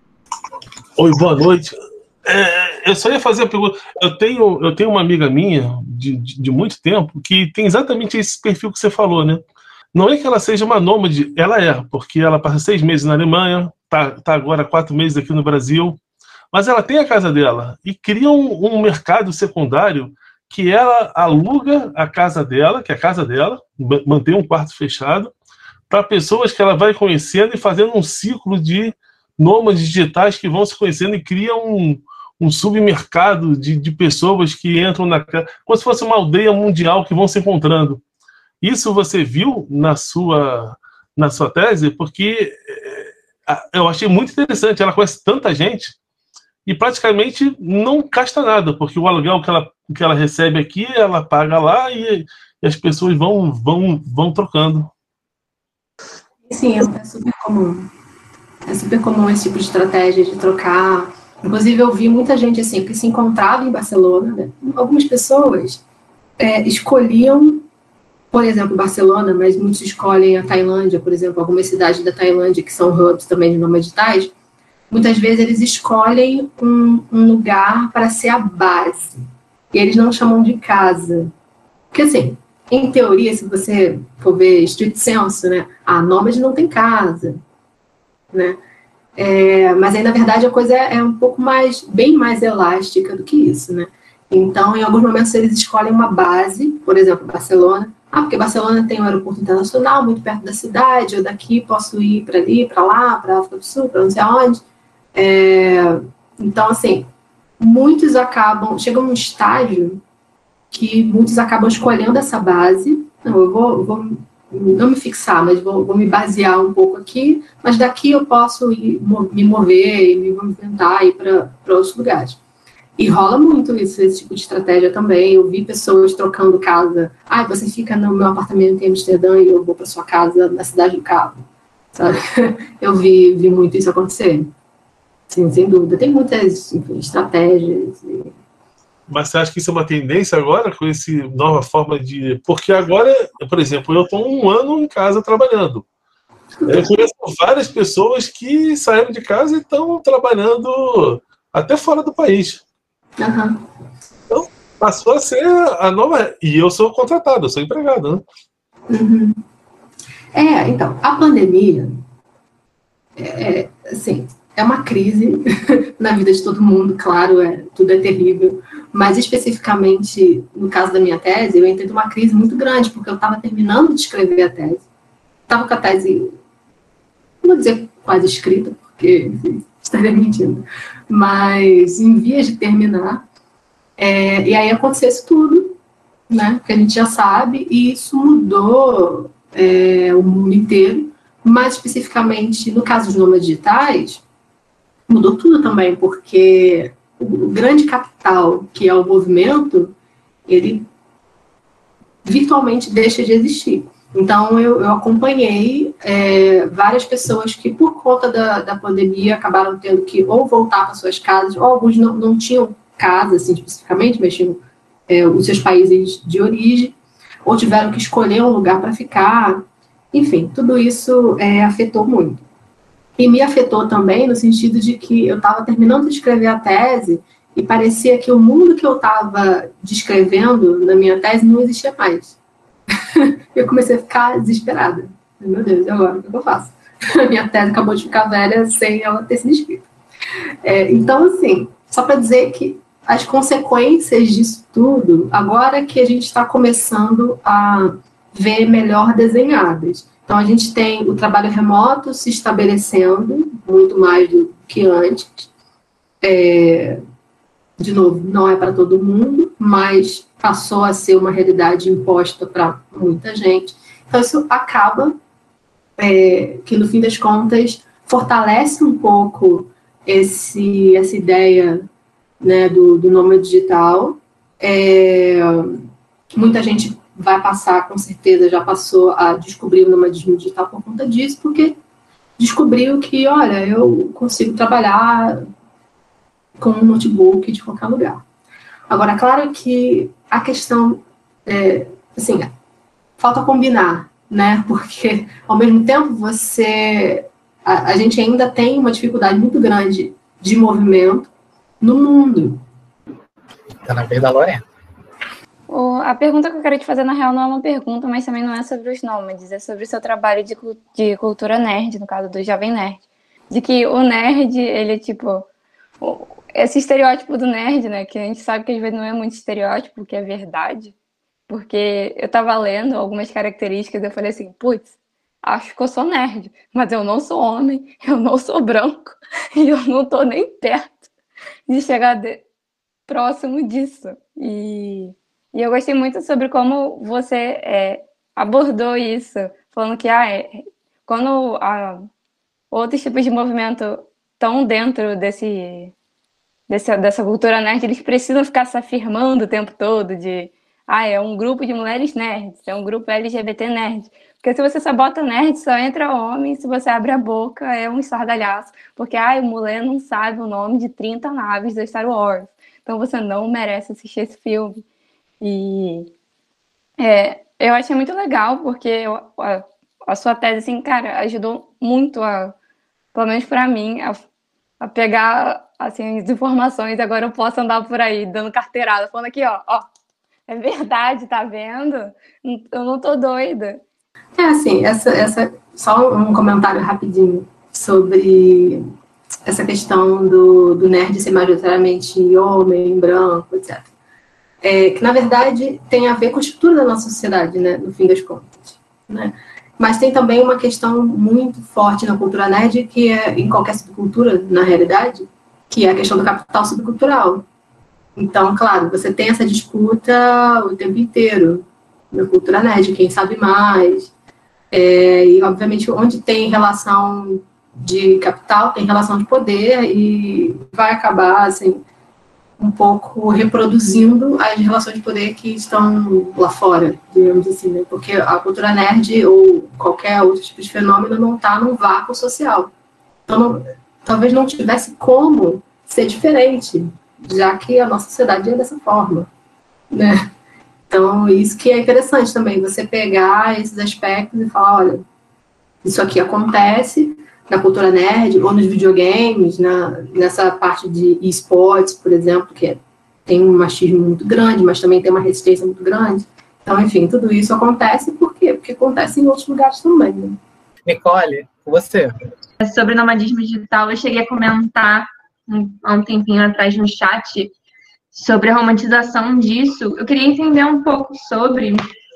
Oi, boa noite. É, eu só ia fazer a pergunta. Eu tenho, eu tenho uma amiga minha, de, de, de muito tempo, que tem exatamente esse perfil que você falou, né? Não é que ela seja uma nômade, ela é, porque ela passa seis meses na Alemanha, tá, tá agora quatro meses aqui no Brasil, mas ela tem a casa dela e cria um, um mercado secundário que ela aluga a casa dela, que é a casa dela, mantém um quarto fechado, para pessoas que ela vai conhecendo e fazendo um ciclo de nômades digitais que vão se conhecendo e cria um, um submercado de, de pessoas que entram na casa, como se fosse uma aldeia mundial que vão se encontrando. Isso você viu na sua, na sua tese, porque eu achei muito interessante. Ela conhece tanta gente e praticamente não gasta nada, porque o aluguel que ela, que ela recebe aqui, ela paga lá e, e as pessoas vão, vão, vão trocando. Sim, é super comum. É super comum esse tipo de estratégia de trocar. Inclusive, eu vi muita gente assim, que se encontrava em Barcelona, né? Algumas pessoas é, escolhiam, por exemplo, Barcelona, mas muitos escolhem a Tailândia, por exemplo, algumas cidades da Tailândia, que são hubs também de nômades digitais. Muitas vezes eles escolhem um, um lugar para ser a base. E eles não chamam de casa. Porque, assim, em teoria, se você for ver street senso, né, a nômade não tem casa, né? É, mas aí, na verdade, a coisa é, é um pouco mais, bem mais elástica do que isso, né? Então, em alguns momentos, eles escolhem uma base, por exemplo, Barcelona. Ah, porque Barcelona tem um aeroporto internacional muito perto da cidade, eu daqui posso ir para ali, para lá, para a África do Sul, para não sei aonde. É, então, assim, muitos acabam, chegam num estágio que muitos acabam escolhendo essa base. Não, eu vou, vou não me fixar, mas vou, vou me basear um pouco aqui, mas daqui eu posso ir, me mover e me movimentar e ir para outros lugares. E rola muito isso, esse tipo de estratégia também. Eu vi pessoas trocando casa. Ah, você fica no meu apartamento em Amsterdã e eu vou para sua casa na Cidade do Cabo. Sabe? Eu vi, vi muito isso acontecer. Sim, sem dúvida. Tem muitas, enfim, estratégias. E... Mas você acha que isso é uma tendência agora, com essa nova forma de... Porque agora, por exemplo, eu estou um ano em casa trabalhando. Eu conheço várias pessoas que saíram de casa e estão trabalhando até fora do país. Uhum. Então, passou a ser a nova... E eu sou contratado, eu sou empregado, né? Uhum. É, então, a pandemia, é, assim, é uma crise na vida de todo mundo, claro, é, tudo é terrível, mas especificamente, no caso da minha tese, eu entrei numa crise muito grande, porque eu estava terminando de escrever a tese, estava com a tese, não vou dizer quase escrita, porque, enfim, estaria mentindo, mas em vias de terminar, é, e aí aconteceu isso tudo, né, que a gente já sabe, e isso mudou é, o mundo inteiro, mas especificamente no caso dos nômades digitais, mudou tudo também, porque o grande capital, que é o movimento, ele virtualmente deixa de existir. Então, eu, eu acompanhei é, várias pessoas que, por conta da, da pandemia, acabaram tendo que ou voltar para suas casas, ou alguns não, não tinham casa, assim, especificamente, mas tinham é, os seus países de origem, ou tiveram que escolher um lugar para ficar. Enfim, tudo isso é, afetou muito. E me afetou também no sentido de que eu estava terminando de escrever a tese e parecia que o mundo que eu estava descrevendo na minha tese não existia mais. Eu comecei a ficar desesperada. Meu Deus, e agora? O que eu faço? A minha tese acabou de ficar velha sem ela ter sido escrita. É, então, assim, só para dizer que as consequências disso tudo, agora que a gente está começando a ver melhor desenhadas. Então, a gente tem o trabalho remoto se estabelecendo muito mais do que antes. É, de novo, não é para todo mundo, mas passou a ser uma realidade imposta para muita gente. Então, isso acaba, é, que no fim das contas, fortalece um pouco esse, essa ideia, né, do, do nômade digital. É, muita gente vai passar, com certeza, já passou a descobrir o nomadismo digital por conta disso, porque descobriu que, olha, eu consigo trabalhar com um notebook de qualquer lugar. Agora, claro que a questão, é, assim, falta combinar, né? Porque, ao mesmo tempo, você... A, a gente ainda tem uma dificuldade muito grande de movimento no mundo. Tá na vez da Lorena. O, a pergunta que eu quero te fazer, na real, não é uma pergunta, mas também não é sobre os nômades, é sobre o seu trabalho de, de cultura nerd, no caso do Jovem Nerd. De que o nerd, ele é tipo... O, esse estereótipo do nerd, né, que a gente sabe que às vezes não é muito estereótipo, que é verdade, porque eu tava lendo algumas características e eu falei assim, putz, acho que eu sou nerd, mas eu não sou homem, eu não sou branco, e eu não tô nem perto de chegar de, próximo disso. E... E eu gostei muito sobre como você é, abordou isso, falando que ah, é, quando ah, outros tipos de movimento estão dentro desse, desse, dessa cultura nerd, eles precisam ficar se afirmando o tempo todo de ah, é um grupo de mulheres nerds, é um grupo L G B T nerd. Porque se você só bota nerd, só entra homem, se você abre a boca, é um estardalhaço. Porque ah, o mulher não sabe o nome de trinta naves do Star Wars. Então você não merece assistir esse filme. E é, eu achei muito legal, porque eu, a, a sua tese, assim, cara, ajudou muito, a, pelo menos pra mim, a, a pegar, assim, as informações. Agora eu posso andar por aí, dando carteirada, falando aqui, ó, ó, é verdade, tá vendo? Eu não tô doida. É, assim, essa, essa, só um comentário rapidinho sobre essa questão do, do nerd ser majoritariamente homem, branco, etcétera. É, que, na verdade, tem a ver com a estrutura da nossa sociedade, né, no fim das contas. Né? Mas tem também uma questão muito forte na cultura nerd, que é, em qualquer subcultura, na realidade, que é a questão do capital subcultural. Então, claro, você tem essa disputa o tempo inteiro na cultura nerd, quem sabe mais. É, e, obviamente, onde tem relação de capital, tem relação de poder, e vai acabar, assim, um pouco reproduzindo as relações de poder que estão lá fora, digamos assim, né? Porque a cultura nerd ou qualquer outro tipo de fenômeno não está num vácuo social. Então, não, talvez não tivesse como ser diferente, já que a nossa sociedade é dessa forma, né? Então, isso que é interessante também, você pegar esses aspectos e falar, olha, isso aqui acontece na cultura nerd, ou nos videogames, na, nessa parte de esportes, por exemplo, que tem um machismo muito grande, mas também tem uma resistência muito grande. Então, enfim, tudo isso acontece, por quê? Porque acontece em outros lugares também. Né? Nicole, você? Sobre nomadismo digital, eu cheguei a comentar um, há um tempinho atrás no chat sobre a romantização disso. Eu queria entender um pouco sobre,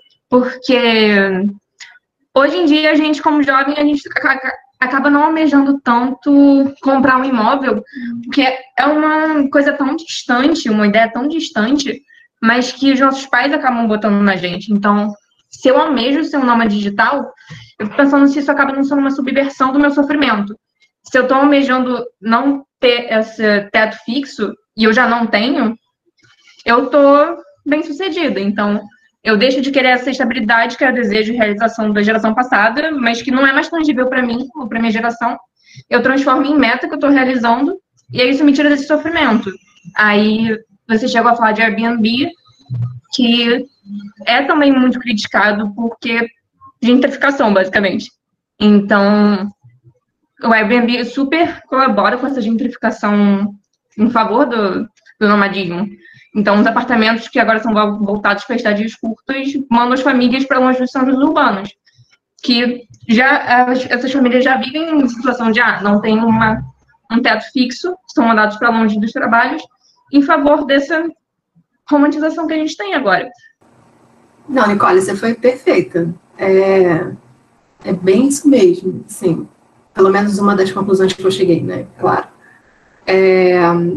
porque hoje em dia a gente, como jovem, a gente acaba não almejando tanto comprar um imóvel, porque é uma coisa tão distante, uma ideia tão distante, mas que os nossos pais acabam botando na gente. Então, se eu almejo ser um nômade digital, eu fico pensando se isso acaba não sendo uma subversão do meu sofrimento. Se eu estou almejando não ter esse teto fixo, e eu já não tenho, eu estou bem sucedida. Então, eu deixo de querer essa estabilidade que é o desejo de realização da geração passada, mas que não é mais tangível para mim ou para minha geração. Eu transformo em meta que eu estou realizando, e aí isso me tira desse sofrimento. Aí você chegou a falar de Airbnb, que é também muito criticado porque gentrificação, basicamente. Então, o Airbnb super colabora com essa gentrificação em favor do, do nomadismo. Então, os apartamentos que agora são voltados para estadias curtas mandam as famílias para longe dos centros urbanos, que já essas famílias já vivem em situação de, ah, não tem uma, um teto fixo, são mandados para longe dos trabalhos, em favor dessa romantização que a gente tem agora. Não, Nicole, você foi perfeita. É, é bem isso mesmo, sim. Pelo menos uma das conclusões que eu cheguei, né? Claro. É,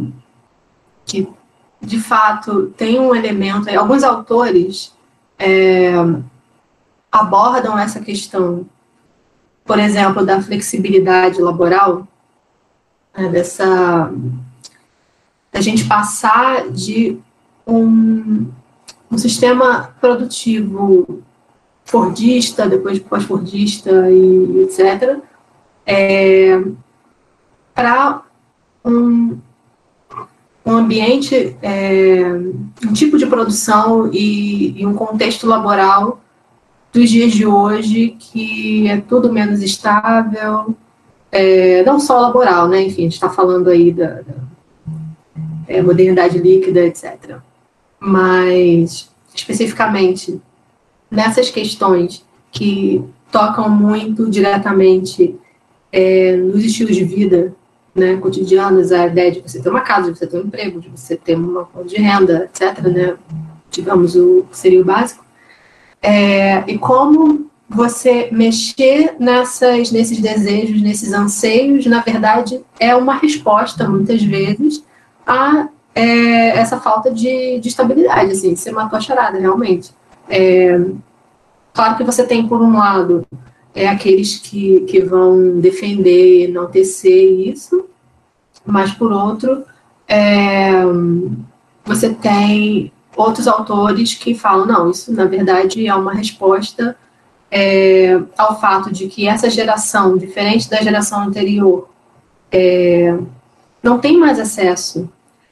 que, de fato, tem um elemento... Alguns autores é, abordam essa questão, por exemplo, da flexibilidade laboral, né, dessa... da gente passar de um, um sistema produtivo fordista, depois pós-fordista e etcétera, é, para um, um ambiente, é, um tipo de produção e, e um contexto laboral dos dias de hoje que é tudo menos estável, é, não só laboral, né? Enfim, a gente está falando aí da, da é, modernidade líquida, etcétera. Mas, especificamente, nessas questões que tocam muito diretamente é, nos estilos de vida, né, cotidianos, a ideia de você ter uma casa, de você ter um emprego, de você ter uma fonte de renda, etcétera, né, digamos, o que seria o básico. É, e como você mexer nessas, nesses desejos, nesses anseios, na verdade, é uma resposta, muitas vezes, a é, essa falta de, de estabilidade, assim, você matou a charada, realmente. É, claro que você tem, por um lado, é, aqueles que, que vão defender, enaltecer isso, mas, por outro, é, você tem outros autores que falam, não, isso, na verdade, é uma resposta é, ao fato de que essa geração, diferente da geração anterior, é, não tem mais acesso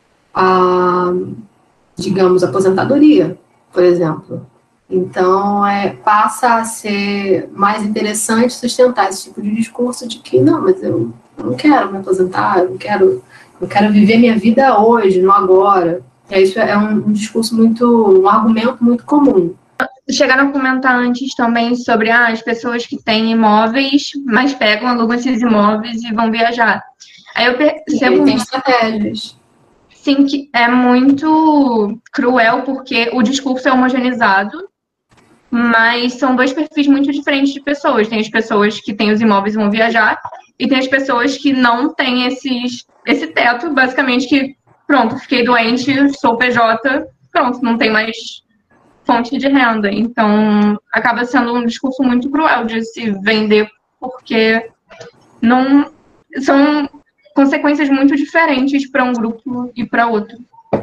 a, digamos, aposentadoria, por exemplo. Então, é, passa a ser mais interessante sustentar esse tipo de discurso de que, não, mas eu, eu não quero me aposentar, eu não quero, eu quero viver minha vida hoje, no agora. É, isso é um, um discurso muito, um argumento muito comum. Chegaram a comentar antes também sobre ah, as pessoas que têm imóveis, mas pegam, alugam esses imóveis e vão viajar. Aí eu percebo... E tem estratégias. Sim, que é muito cruel, porque o discurso é homogeneizado, mas são dois perfis muito diferentes de pessoas. Tem as pessoas que têm os imóveis e vão viajar, e tem as pessoas que não têm esses, esse teto, basicamente, que, pronto, fiquei doente, sou P J, pronto, não tem mais fonte de renda. Então, acaba sendo um discurso muito cruel de se vender, porque não são consequências muito diferentes para um grupo e para outro.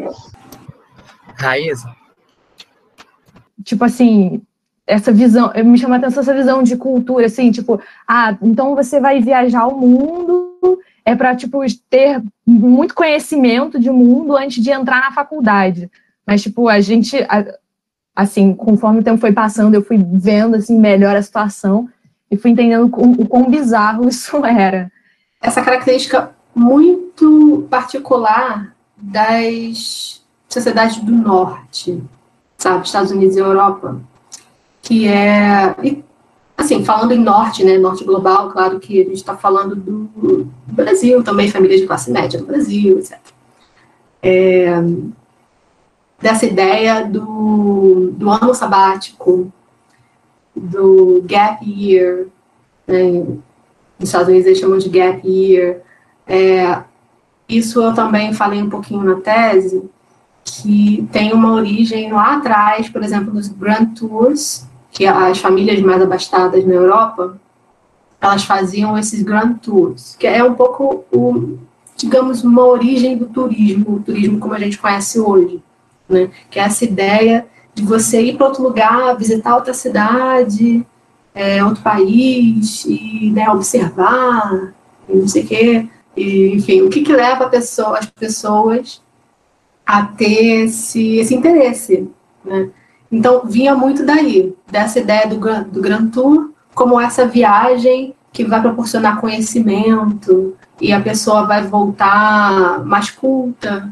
Raíza? Tipo assim, essa visão, me chama a atenção essa visão de cultura, assim, tipo, ah, então você vai viajar ao mundo, é para, tipo, ter muito conhecimento de mundo antes de entrar na faculdade. Mas, tipo, a gente, assim, conforme o tempo foi passando, eu fui vendo, assim, melhor a situação e fui entendendo o quão bizarro isso era. Essa característica muito particular das sociedades do norte, sabe, Estados Unidos e Europa, que é, assim, falando em norte, né, norte global, claro que a gente está falando do Brasil, também famílias de classe média no Brasil, etcétera. É, dessa ideia do, do ano sabático, do gap year, né, nos Estados Unidos eles chamam de gap year. É, isso eu também falei um pouquinho na tese, que tem uma origem lá atrás, por exemplo, dos Grand Tours, que as famílias mais abastadas na Europa, elas faziam esses Grand Tours, que é um pouco, o, digamos, uma origem do turismo, o turismo como a gente conhece hoje, né? Que é essa ideia de você ir para outro lugar, visitar outra cidade, é, outro país, e, né, observar, e não sei o quê. E, enfim, o que, que leva a pessoa, as pessoas a ter esse, esse interesse, né? Então, vinha muito daí, dessa ideia do, do Grand Tour, como essa viagem que vai proporcionar conhecimento, e a pessoa vai voltar mais culta,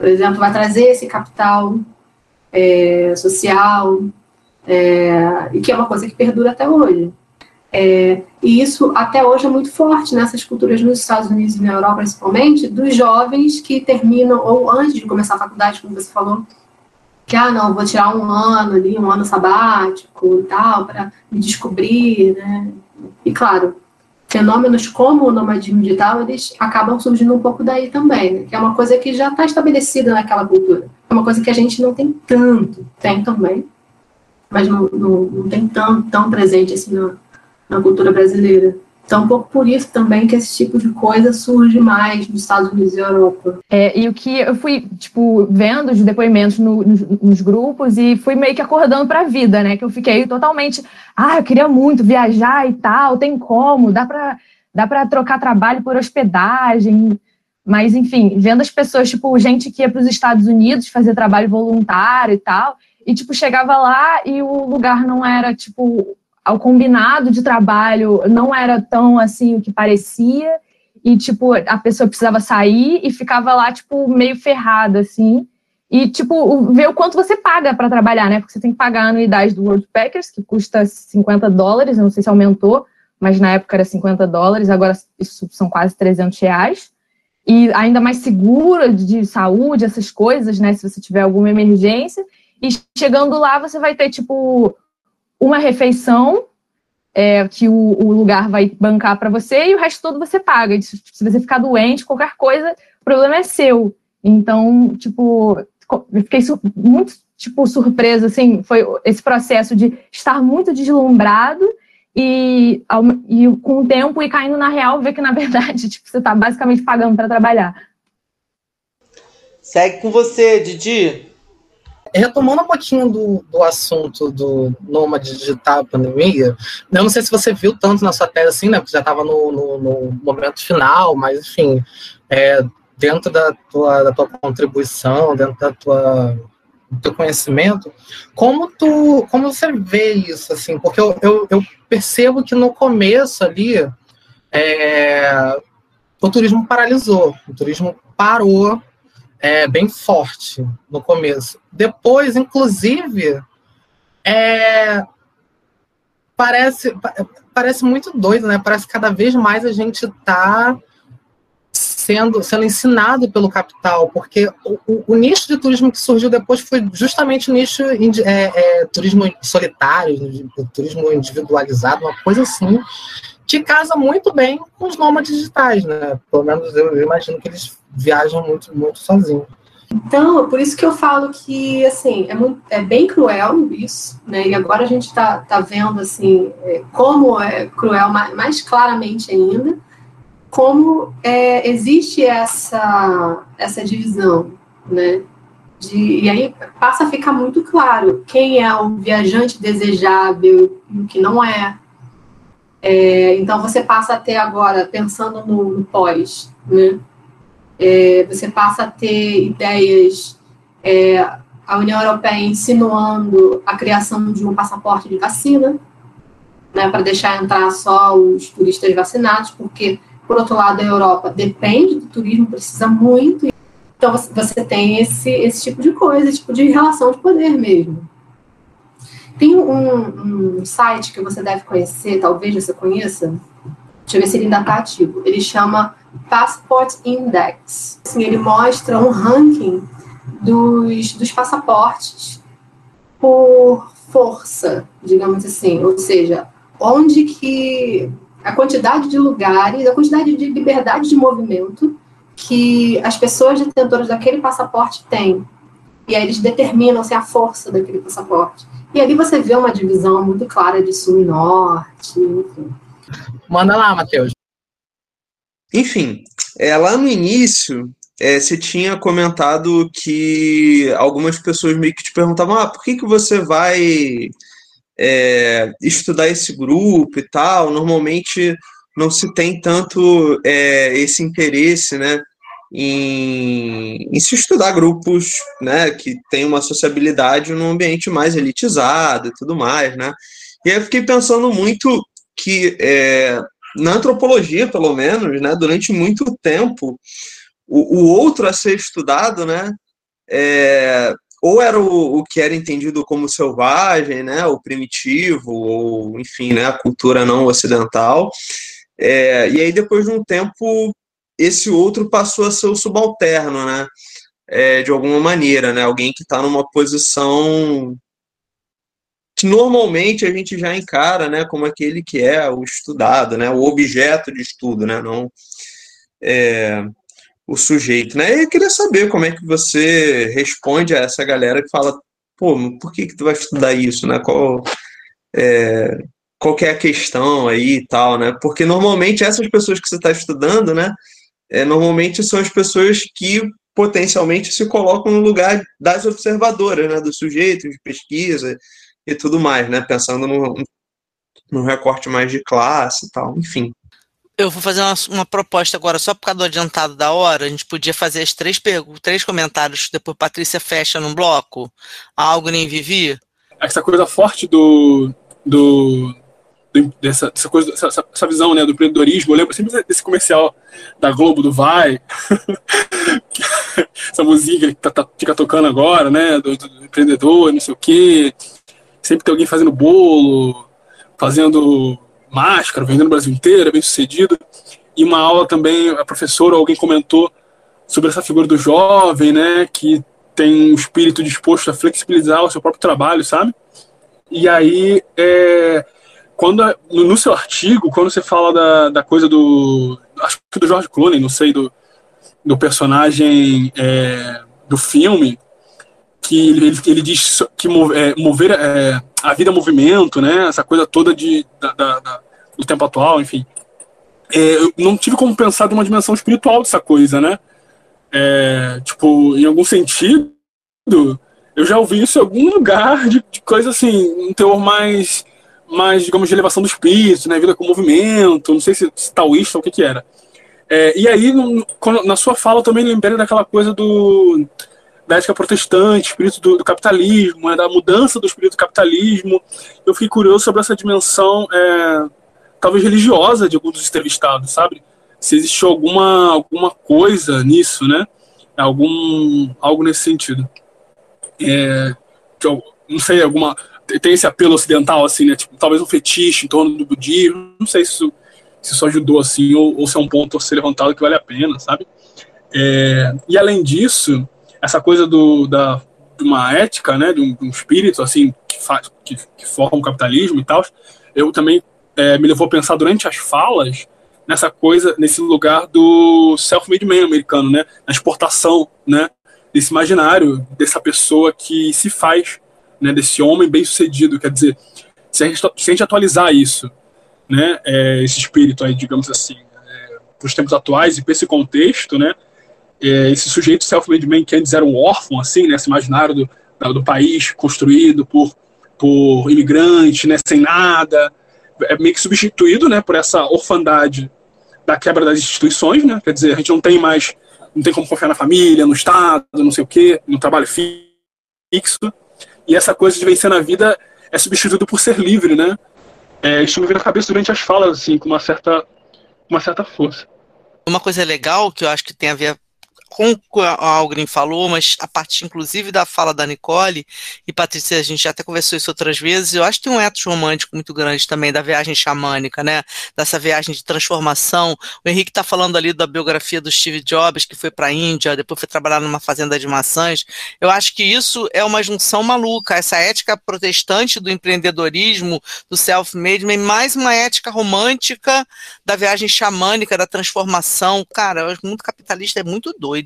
por exemplo, vai trazer esse capital é, social, é, e que é uma coisa que perdura até hoje. É, e isso até hoje é muito forte nessas culturas nos Estados Unidos e na Europa, principalmente, dos jovens que terminam, ou antes de começar a faculdade, como você falou, que, ah, não, vou tirar um ano ali, um ano sabático e tal, para me descobrir, né? E, claro, fenômenos como o nomadismo digital, eles acabam surgindo um pouco daí também, né? Que é uma coisa que já está estabelecida naquela cultura. É uma coisa que a gente não tem tanto, tem também, mas não, não, não tem tão, tão presente assim na, na cultura brasileira. Então, um pouco por isso também que esse tipo de coisa surge mais nos Estados Unidos e Europa. É, e o que eu fui, tipo, vendo os depoimentos no, nos, nos grupos e fui meio que acordando para a vida, né? Que eu fiquei totalmente, ah, eu queria muito viajar e tal, tem como, dá para dá para trocar trabalho por hospedagem. Mas, enfim, vendo as pessoas, tipo, gente que ia para os Estados Unidos fazer trabalho voluntário e tal, e, tipo, chegava lá e o lugar não era, tipo, ao combinado de trabalho, não era tão, assim, o que parecia, e, tipo, a pessoa precisava sair e ficava lá, tipo, meio ferrada, assim, e, tipo, ver o quanto você paga para trabalhar, né, porque você tem que pagar a anuidade do Worldpackers, que custa cinquenta dólares, eu não sei se aumentou, mas na época era cinquenta dólares, agora isso são quase trezentos reais, e ainda mais segura de saúde, essas coisas, né, se você tiver alguma emergência, e chegando lá você vai ter, tipo, uma refeição é, que o, o lugar vai bancar para você e o resto todo você paga. Se você ficar doente, qualquer coisa, o problema é seu. Então, tipo, eu fiquei muito, tipo, surpresa, assim, foi esse processo de estar muito deslumbrado e, e com o tempo ir caindo na real, ver que, na verdade, tipo, você está basicamente pagando para trabalhar. Segue com você, Didi. Retomando um pouquinho do, do assunto do nômade digital pandemia, eu não sei se você viu tanto na sua tese assim, né, porque já estava no, no, no momento final, mas, enfim, é, dentro da tua, da tua contribuição, dentro da tua, do teu conhecimento, como, tu, como você vê isso, assim, porque eu, eu, eu percebo que no começo ali, é, o turismo paralisou, o turismo parou, É, bem forte no começo. Depois, inclusive, é, parece, parece muito doido, né? Parece que cada vez mais a gente está sendo, sendo ensinado pelo capital, porque o, o, o nicho de turismo que surgiu depois foi justamente o nicho é, é, turismo solitário, turismo individualizado, uma coisa assim, que casa muito bem com os nômades digitais, né? Pelo menos eu, eu imagino que eles viajam muito, muito sozinhos. Então, por isso que eu falo que, assim, é, muito, é bem cruel isso, né? E agora a gente está tá vendo, assim, é, como é cruel mais, mais claramente ainda, como é, existe essa, essa divisão, né? De, e aí passa a ficar muito claro quem é o viajante desejável e o que não é. É, então, você passa a ter agora, pensando no, no pós, né? É, você passa a ter ideias, é, a União Europeia insinuando a criação de um passaporte de vacina, né, para deixar entrar só os turistas vacinados, porque, por outro lado, a Europa depende do turismo, precisa muito, então você, você tem esse, esse tipo de coisa, esse tipo de relação de poder mesmo. Tem um, um site que você deve conhecer, talvez você conheça, deixa eu ver se ele ainda está ativo, ele chama Passport Index. Assim, ele mostra um ranking dos, dos passaportes por força, digamos assim, ou seja, onde que a quantidade de lugares, a quantidade de liberdade de movimento que as pessoas detentoras daquele passaporte têm. E aí eles determinam assim, a força daquele passaporte. E ali você vê uma divisão muito clara de sul e norte, enfim. Manda lá, Matheus. Enfim, é, lá no início, é, você tinha comentado que algumas pessoas meio que te perguntavam, ah, por que, que você vai é, estudar esse grupo e tal? Normalmente não se tem tanto é, esse interesse, né, em, em se estudar grupos, né, que tem uma sociabilidade num ambiente mais elitizado e tudo mais, né? E aí eu fiquei pensando muito que... É, na antropologia, pelo menos, né, durante muito tempo, o, o outro a ser estudado, né, é, ou era o, o que era entendido como selvagem, né, o primitivo, ou enfim, né, a cultura não ocidental. É, e aí depois de um tempo esse outro passou a ser o subalterno, né, é, de alguma maneira, né, alguém que está numa posição que normalmente a gente já encara, né, como aquele que é o estudado, né, o objeto de estudo, né, não é, o sujeito, né? E eu queria saber como é que você responde a essa galera que fala, pô, por que que tu vai estudar isso, né? Qual é, qual que é a questão aí e tal, né? Porque normalmente essas pessoas que você está estudando, né, é, normalmente são as pessoas que potencialmente se colocam no lugar das observadoras, né, dos sujeitos de pesquisa e tudo mais, né? Pensando no, no recorte mais de classe e tal, enfim. Eu vou fazer uma, uma proposta agora, só por causa do adiantado da hora. A gente podia fazer as três perguntas, três comentários, depois Patrícia fecha num bloco. Algo nem Vivi? Essa coisa forte do, do, do dessa, dessa coisa, essa, essa visão, né, do empreendedorismo. Eu lembro sempre desse comercial da Globo, do Vai, essa música que tá, tá, fica tocando agora, né, do, do empreendedor, não sei o quê. Sempre tem alguém fazendo bolo, fazendo máscara, vendendo no Brasil inteiro, bem sucedido. E uma aula também, a professora, alguém comentou sobre essa figura do jovem, né, que tem um espírito disposto a flexibilizar o seu próprio trabalho, sabe? E aí, é, quando, no, no seu artigo, quando você fala da, da coisa do, acho que do George Clooney, não sei, do, do personagem é, do filme, que ele, ele, ele diz que é, mover é, a vida é movimento, né? Essa coisa toda de, da, da, da, do tempo atual, enfim. É, eu não tive como pensar numa dimensão espiritual dessa coisa, né? É, tipo, em algum sentido, eu já ouvi isso em algum lugar de, de coisa assim, um teor mais, mais, digamos, de elevação do espírito, né? Vida com movimento, não sei se, se taoísta ou o que que era. É, e aí, no, quando, na sua fala, eu também lembrei daquela coisa do... da ética protestante, espírito do, do capitalismo, né, da mudança do espírito do capitalismo. Eu fiquei curioso sobre essa dimensão, é, talvez religiosa, de alguns dos entrevistados, sabe? Se existiu alguma, alguma coisa nisso, né? Algum, algo nesse sentido. É, que eu, não sei, alguma... Tem esse apelo ocidental, assim, né? Tipo, talvez um fetiche em torno do budismo. Não sei se isso, se isso ajudou, assim, ou, ou se é um ponto a ser levantado que vale a pena, sabe? É, e além disso, essa coisa do, da, de uma ética, né, de um, de um espírito assim, que, faz, que, que forma o capitalismo e tal, eu também é, me levou a pensar durante as falas nessa coisa, nesse lugar do self-made man americano, né, na exportação, né, desse imaginário, dessa pessoa que se faz, né, desse homem bem-sucedido. Quer dizer, se a gente, se a gente atualizar isso, né, é, esse espírito aí, digamos assim, é, para os tempos atuais e para esse contexto, né, É, esse sujeito self-made man que antes era um órfão, assim, né, esse imaginário do, do país construído por, por imigrantes, né, sem nada, é meio que substituído, né, por essa orfandade da quebra das instituições, né, quer dizer, a gente não tem mais, não tem como confiar na família, no Estado, não sei o quê, no trabalho fixo, e essa coisa de vencer na vida é substituído por ser livre, né. É, isso me veio na cabeça durante as falas, assim, com uma certa, uma certa força. Uma coisa legal que eu acho que tem a ver com o que a Algrim falou, mas a partir inclusive da fala da Nicole, e Patrícia, a gente já até conversou isso outras vezes, eu acho que tem um ethos romântico muito grande também da viagem xamânica, né, dessa viagem de transformação. O Henrique está falando ali da biografia do Steve Jobs, que foi para a Índia, depois foi trabalhar numa fazenda de maçãs. Eu acho que isso é uma junção maluca, essa ética protestante do empreendedorismo, do self-made, mas mais uma ética romântica da viagem xamânica, da transformação. Cara, o mundo capitalista é muito doido.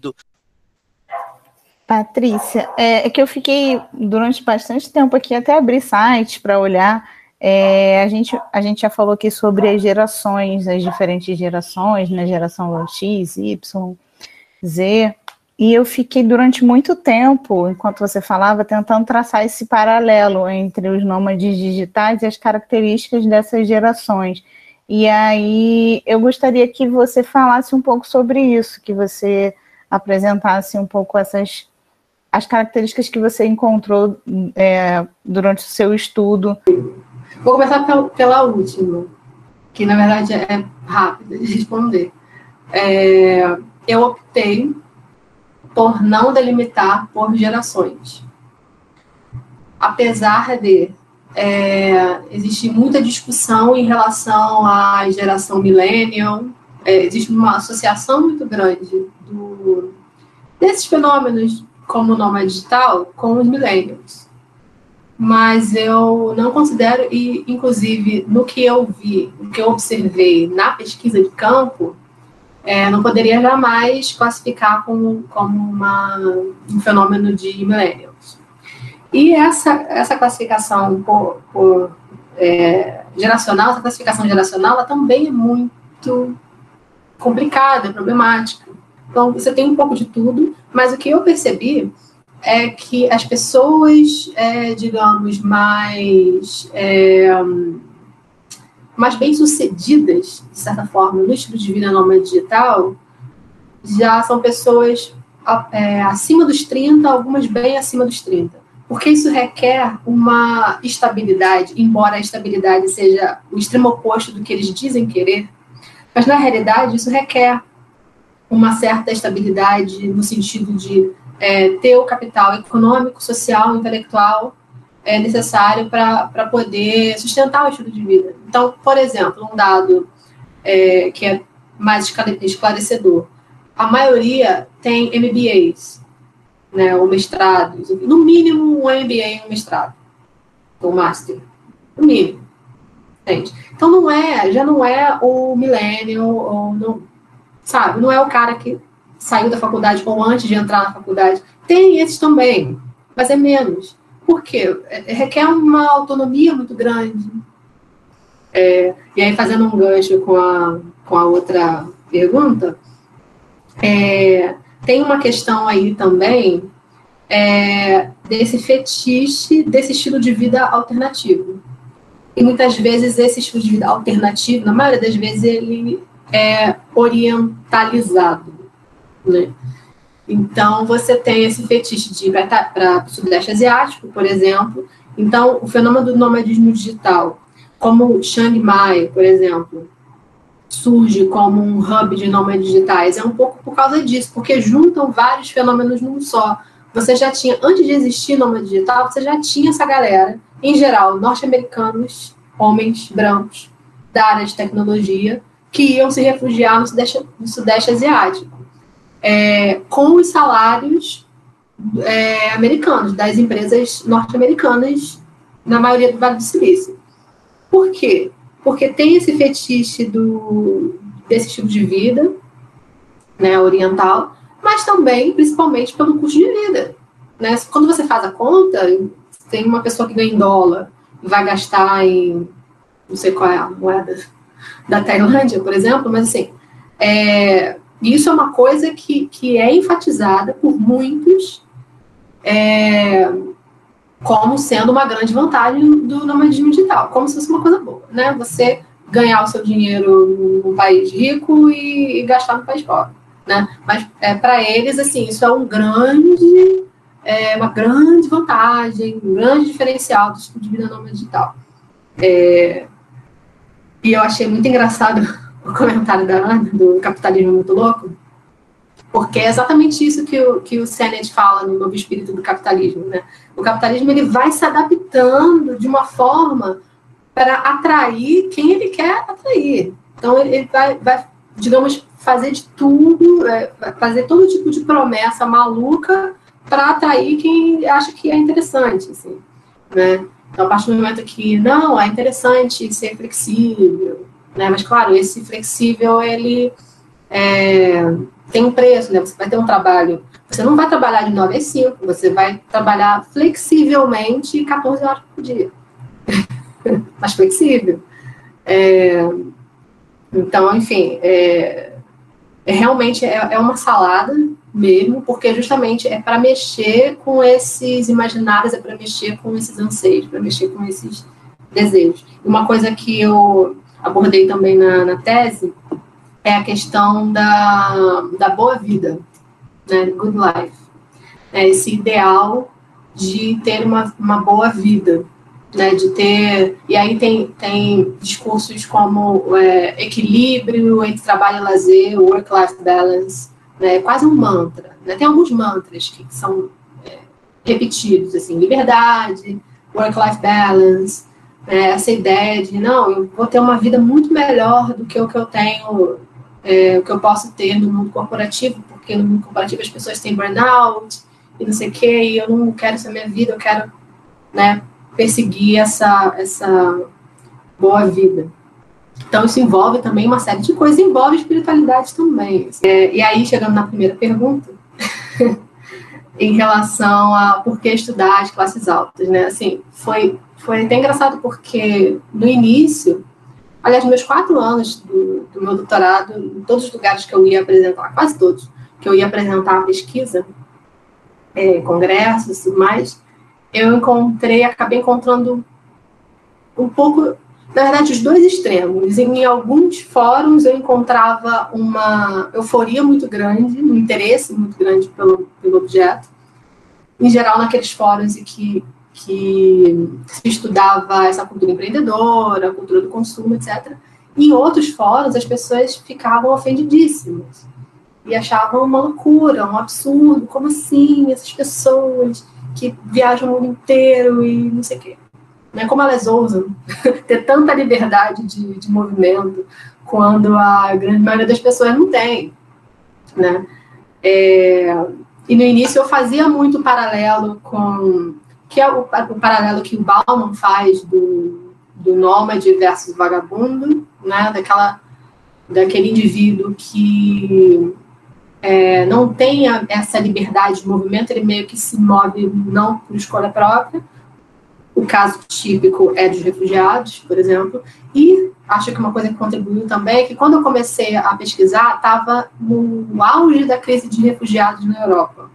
Patrícia, é, é que eu fiquei durante bastante tempo aqui, até abrir sites para olhar. É, a, gente, a gente já falou aqui sobre as gerações, as diferentes gerações, né, geração X, Y, Z, e eu fiquei durante muito tempo, enquanto você falava, tentando traçar esse paralelo entre os nômades digitais e as características dessas gerações. E aí eu gostaria que você falasse um pouco sobre isso, que você apresentasse um pouco essas as características que você encontrou é, durante o seu estudo. Vou começar pela, pela última, que na verdade é rápida de responder. É, eu optei por não delimitar por gerações. Apesar de é, existir muita discussão em relação à geração millennial, é, existe uma associação muito grande do, desses fenômenos como o nômade digital com os millennials. Mas eu não considero, e inclusive no que eu vi, no que eu observei na pesquisa de campo, é, não poderia jamais classificar como, como uma, um fenômeno de millennials. E essa, essa classificação por, por, é, geracional, essa classificação geracional, ela também é muito complicada, problemática. Então, você tem um pouco de tudo, mas o que eu percebi é que as pessoas, é, digamos, mais, é, mais bem-sucedidas, de certa forma, no estilo de vida nômade digital, já são pessoas é, acima dos trinta, algumas bem acima dos trinta. Porque isso requer uma estabilidade, embora a estabilidade seja o extremo oposto do que eles dizem querer, mas, na realidade, isso requer uma certa estabilidade no sentido de é, ter o capital econômico, social, intelectual é, necessário para poder sustentar o estilo de vida. Então, por exemplo, um dado é, que é mais esclarecedor, a maioria tem M B As, né, ou mestrados, no mínimo um M B A e um mestrado, ou master, no mínimo. Entende? Então, não é, já não é o millennial, ou não, sabe, não é o cara que saiu da faculdade ou antes de entrar na faculdade. Tem esses também, mas é menos. Por quê? É, requer uma autonomia muito grande. É, e aí, fazendo um gancho com a, com a outra pergunta, é, tem uma questão aí também é, desse fetiche, desse estilo de vida alternativo. E muitas vezes esse estilo de vida alternativo, na maioria das vezes, ele é orientalizado, né? Então, você tem esse fetiche de ir para o Sudeste Asiático, por exemplo. Então, o fenômeno do nomadismo digital, como Chiang Mai, por exemplo, surge como um hub de nômades digitais, é um pouco por causa disso, porque juntam vários fenômenos num só. Você já tinha, antes de existir nômade digital, você já tinha essa galera, em geral, norte-americanos, homens brancos, da área de tecnologia, que iam se refugiar no Sudeste, no Sudeste Asiático, é, com os salários é, americanos, das empresas norte-americanas, na maioria do Vale do Silício. Por quê? Porque tem esse fetiche do, desse tipo de vida, né, oriental, mas também, principalmente, pelo custo de vida. Né? Quando você faz a conta, tem uma pessoa que ganha em dólar e vai gastar em, não sei qual é a moeda da Tailândia, por exemplo, mas assim, é, isso é uma coisa que, que é enfatizada por muitos é, como sendo uma grande vantagem do nomadismo digital, como se fosse uma coisa boa, né? Você ganhar o seu dinheiro num país rico e, e gastar no país pobre, né? Mas é, para eles, assim, isso é um grande, é, uma grande vantagem, um grande diferencial do tipo de vida nômade digital. É, e eu achei muito engraçado o comentário da Ana, do capitalismo muito louco, porque é exatamente isso que o, que o Sennett fala no Novo Espírito do Capitalismo, né? O capitalismo, ele vai se adaptando de uma forma para atrair quem ele quer atrair. Então, ele vai, vai digamos, fazer de tudo, é, fazer todo tipo de promessa maluca para atrair quem acha que é interessante, assim, né? Então, a partir do momento que, não, é interessante ser flexível, né? Mas, claro, esse flexível, ele é, tem um preço, né? Você vai ter um trabalho, você não vai trabalhar de nove às cinco, você vai trabalhar flexivelmente quatorze horas por dia. Mas flexível. É, então, enfim, é, é realmente é, é uma salada mesmo, porque justamente é para mexer com esses imaginários, é para mexer com esses anseios, para mexer com esses desejos. Uma coisa que eu abordei também na, na tese é a questão da, da boa vida, né, good life. É esse ideal de ter uma, uma boa vida, né, de ter... E aí tem, tem discursos como é, equilíbrio entre trabalho e lazer, work-life balance, né? É quase um mantra, né? Tem alguns mantras que são é, repetidos, assim, liberdade, work-life balance, né? Essa ideia de, não, eu vou ter uma vida muito melhor do que o que eu tenho, é, o que eu posso ter no mundo corporativo, porque no mundo corporativo as pessoas têm burnout e não sei o quê, e eu não quero essa minha vida, eu quero, né, perseguir essa, essa boa vida. Então, isso envolve também uma série de coisas, envolve espiritualidade também. É, e aí, chegando na primeira pergunta, em relação a por que estudar as classes altas, né? Assim, foi, foi até engraçado porque, no início, aliás, meus quatro anos do, do meu doutorado, em todos os lugares que eu ia apresentar, quase todos, que eu ia apresentar a pesquisa, é, congressos e tudo mais, eu encontrei, acabei encontrando um pouco... Na verdade, os dois extremos. Em alguns fóruns eu encontrava uma euforia muito grande, um interesse muito grande pelo, pelo objeto. Em geral, naqueles fóruns em que, que se estudava essa cultura empreendedora, a cultura do consumo, etcétera. E em outros fóruns, as pessoas ficavam ofendidíssimas. E achavam uma loucura, um absurdo. Como assim? Essas pessoas que viajam o mundo inteiro e não sei o quê. Né, como elas ousam ter tanta liberdade de, de movimento quando a grande maioria das pessoas não tem, né? É, e no início eu fazia muito paralelo com, que é o, o paralelo que o Bauman faz do, do nômade versus vagabundo, né? Daquela, daquele indivíduo que é, não tem a, essa liberdade de movimento, ele meio que se move não por escolha própria. O caso típico é dos refugiados, por exemplo, e acho que uma coisa que contribuiu também é que quando eu comecei a pesquisar, estava no auge da crise de refugiados na Europa.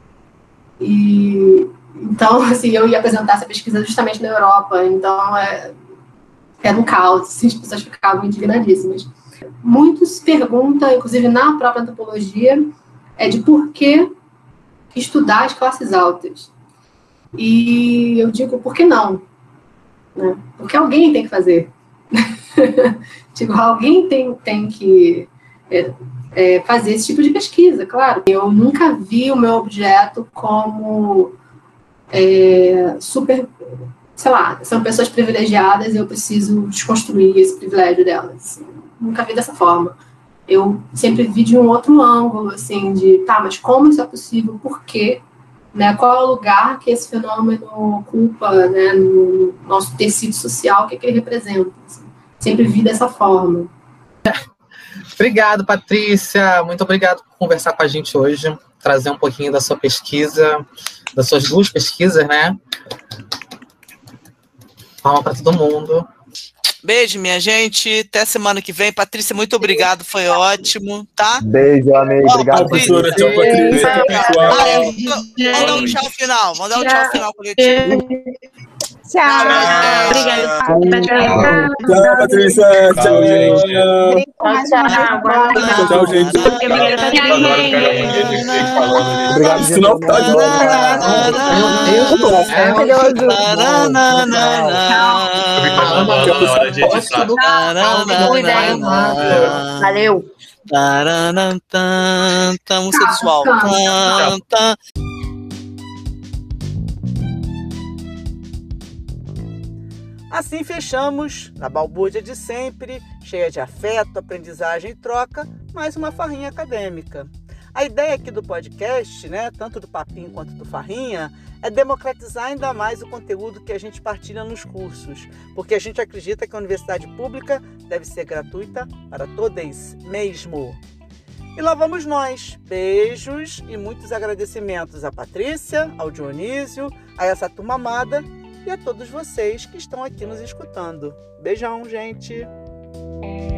E, então, assim, eu ia apresentar essa pesquisa justamente na Europa, então é, era um caos, assim, as pessoas ficavam indignadíssimas. Muitos perguntam, inclusive na própria antropologia, é de por que estudar as classes altas. E eu digo, por que não? Né? Porque alguém tem que fazer. Tipo, alguém tem, tem que é, é, fazer esse tipo de pesquisa, claro. Eu nunca vi o meu objeto como é, super, sei lá, são pessoas privilegiadas e eu preciso desconstruir esse privilégio delas. Nunca vi dessa forma. Eu sempre vi de um outro ângulo, assim, de, tá, mas como isso é possível? Por quê? Né, qual é o lugar que esse fenômeno ocupa, né, no nosso tecido social, o que, é que ele representa. Assim. Sempre vi dessa forma. Obrigado, Patrícia. Muito obrigado por conversar com a gente hoje, trazer um pouquinho da sua pesquisa, das suas duas pesquisas, né? Palma para todo mundo. Beijo, minha gente. Até semana que vem. Patrícia, muito obrigado. Foi ótimo, tá? Beijo, amei. Obrigado, professora. Tchau, Patrícia. Vamos dar um tchau final. Vamos dar um tchau final coletivo. Tchau. Obrigada. Tchau, Patrícia. Tchau, gente. Tchau, tchau, gente. Obrigado, gente. Sinal tá de novo. Valeu. Música visual. Assim fechamos, na balbúrdia de sempre, cheia de afeto, aprendizagem e troca, mais uma farrinha acadêmica. A ideia aqui do podcast, né, tanto do Papinho quanto do Farrinha, é democratizar ainda mais o conteúdo que a gente partilha nos cursos, porque a gente acredita que a universidade pública deve ser gratuita para todos mesmo. E lá vamos nós. Beijos e muitos agradecimentos à Patrícia, ao Dionísio, a essa turma amada e a todos vocês que estão aqui nos escutando. Beijão, gente!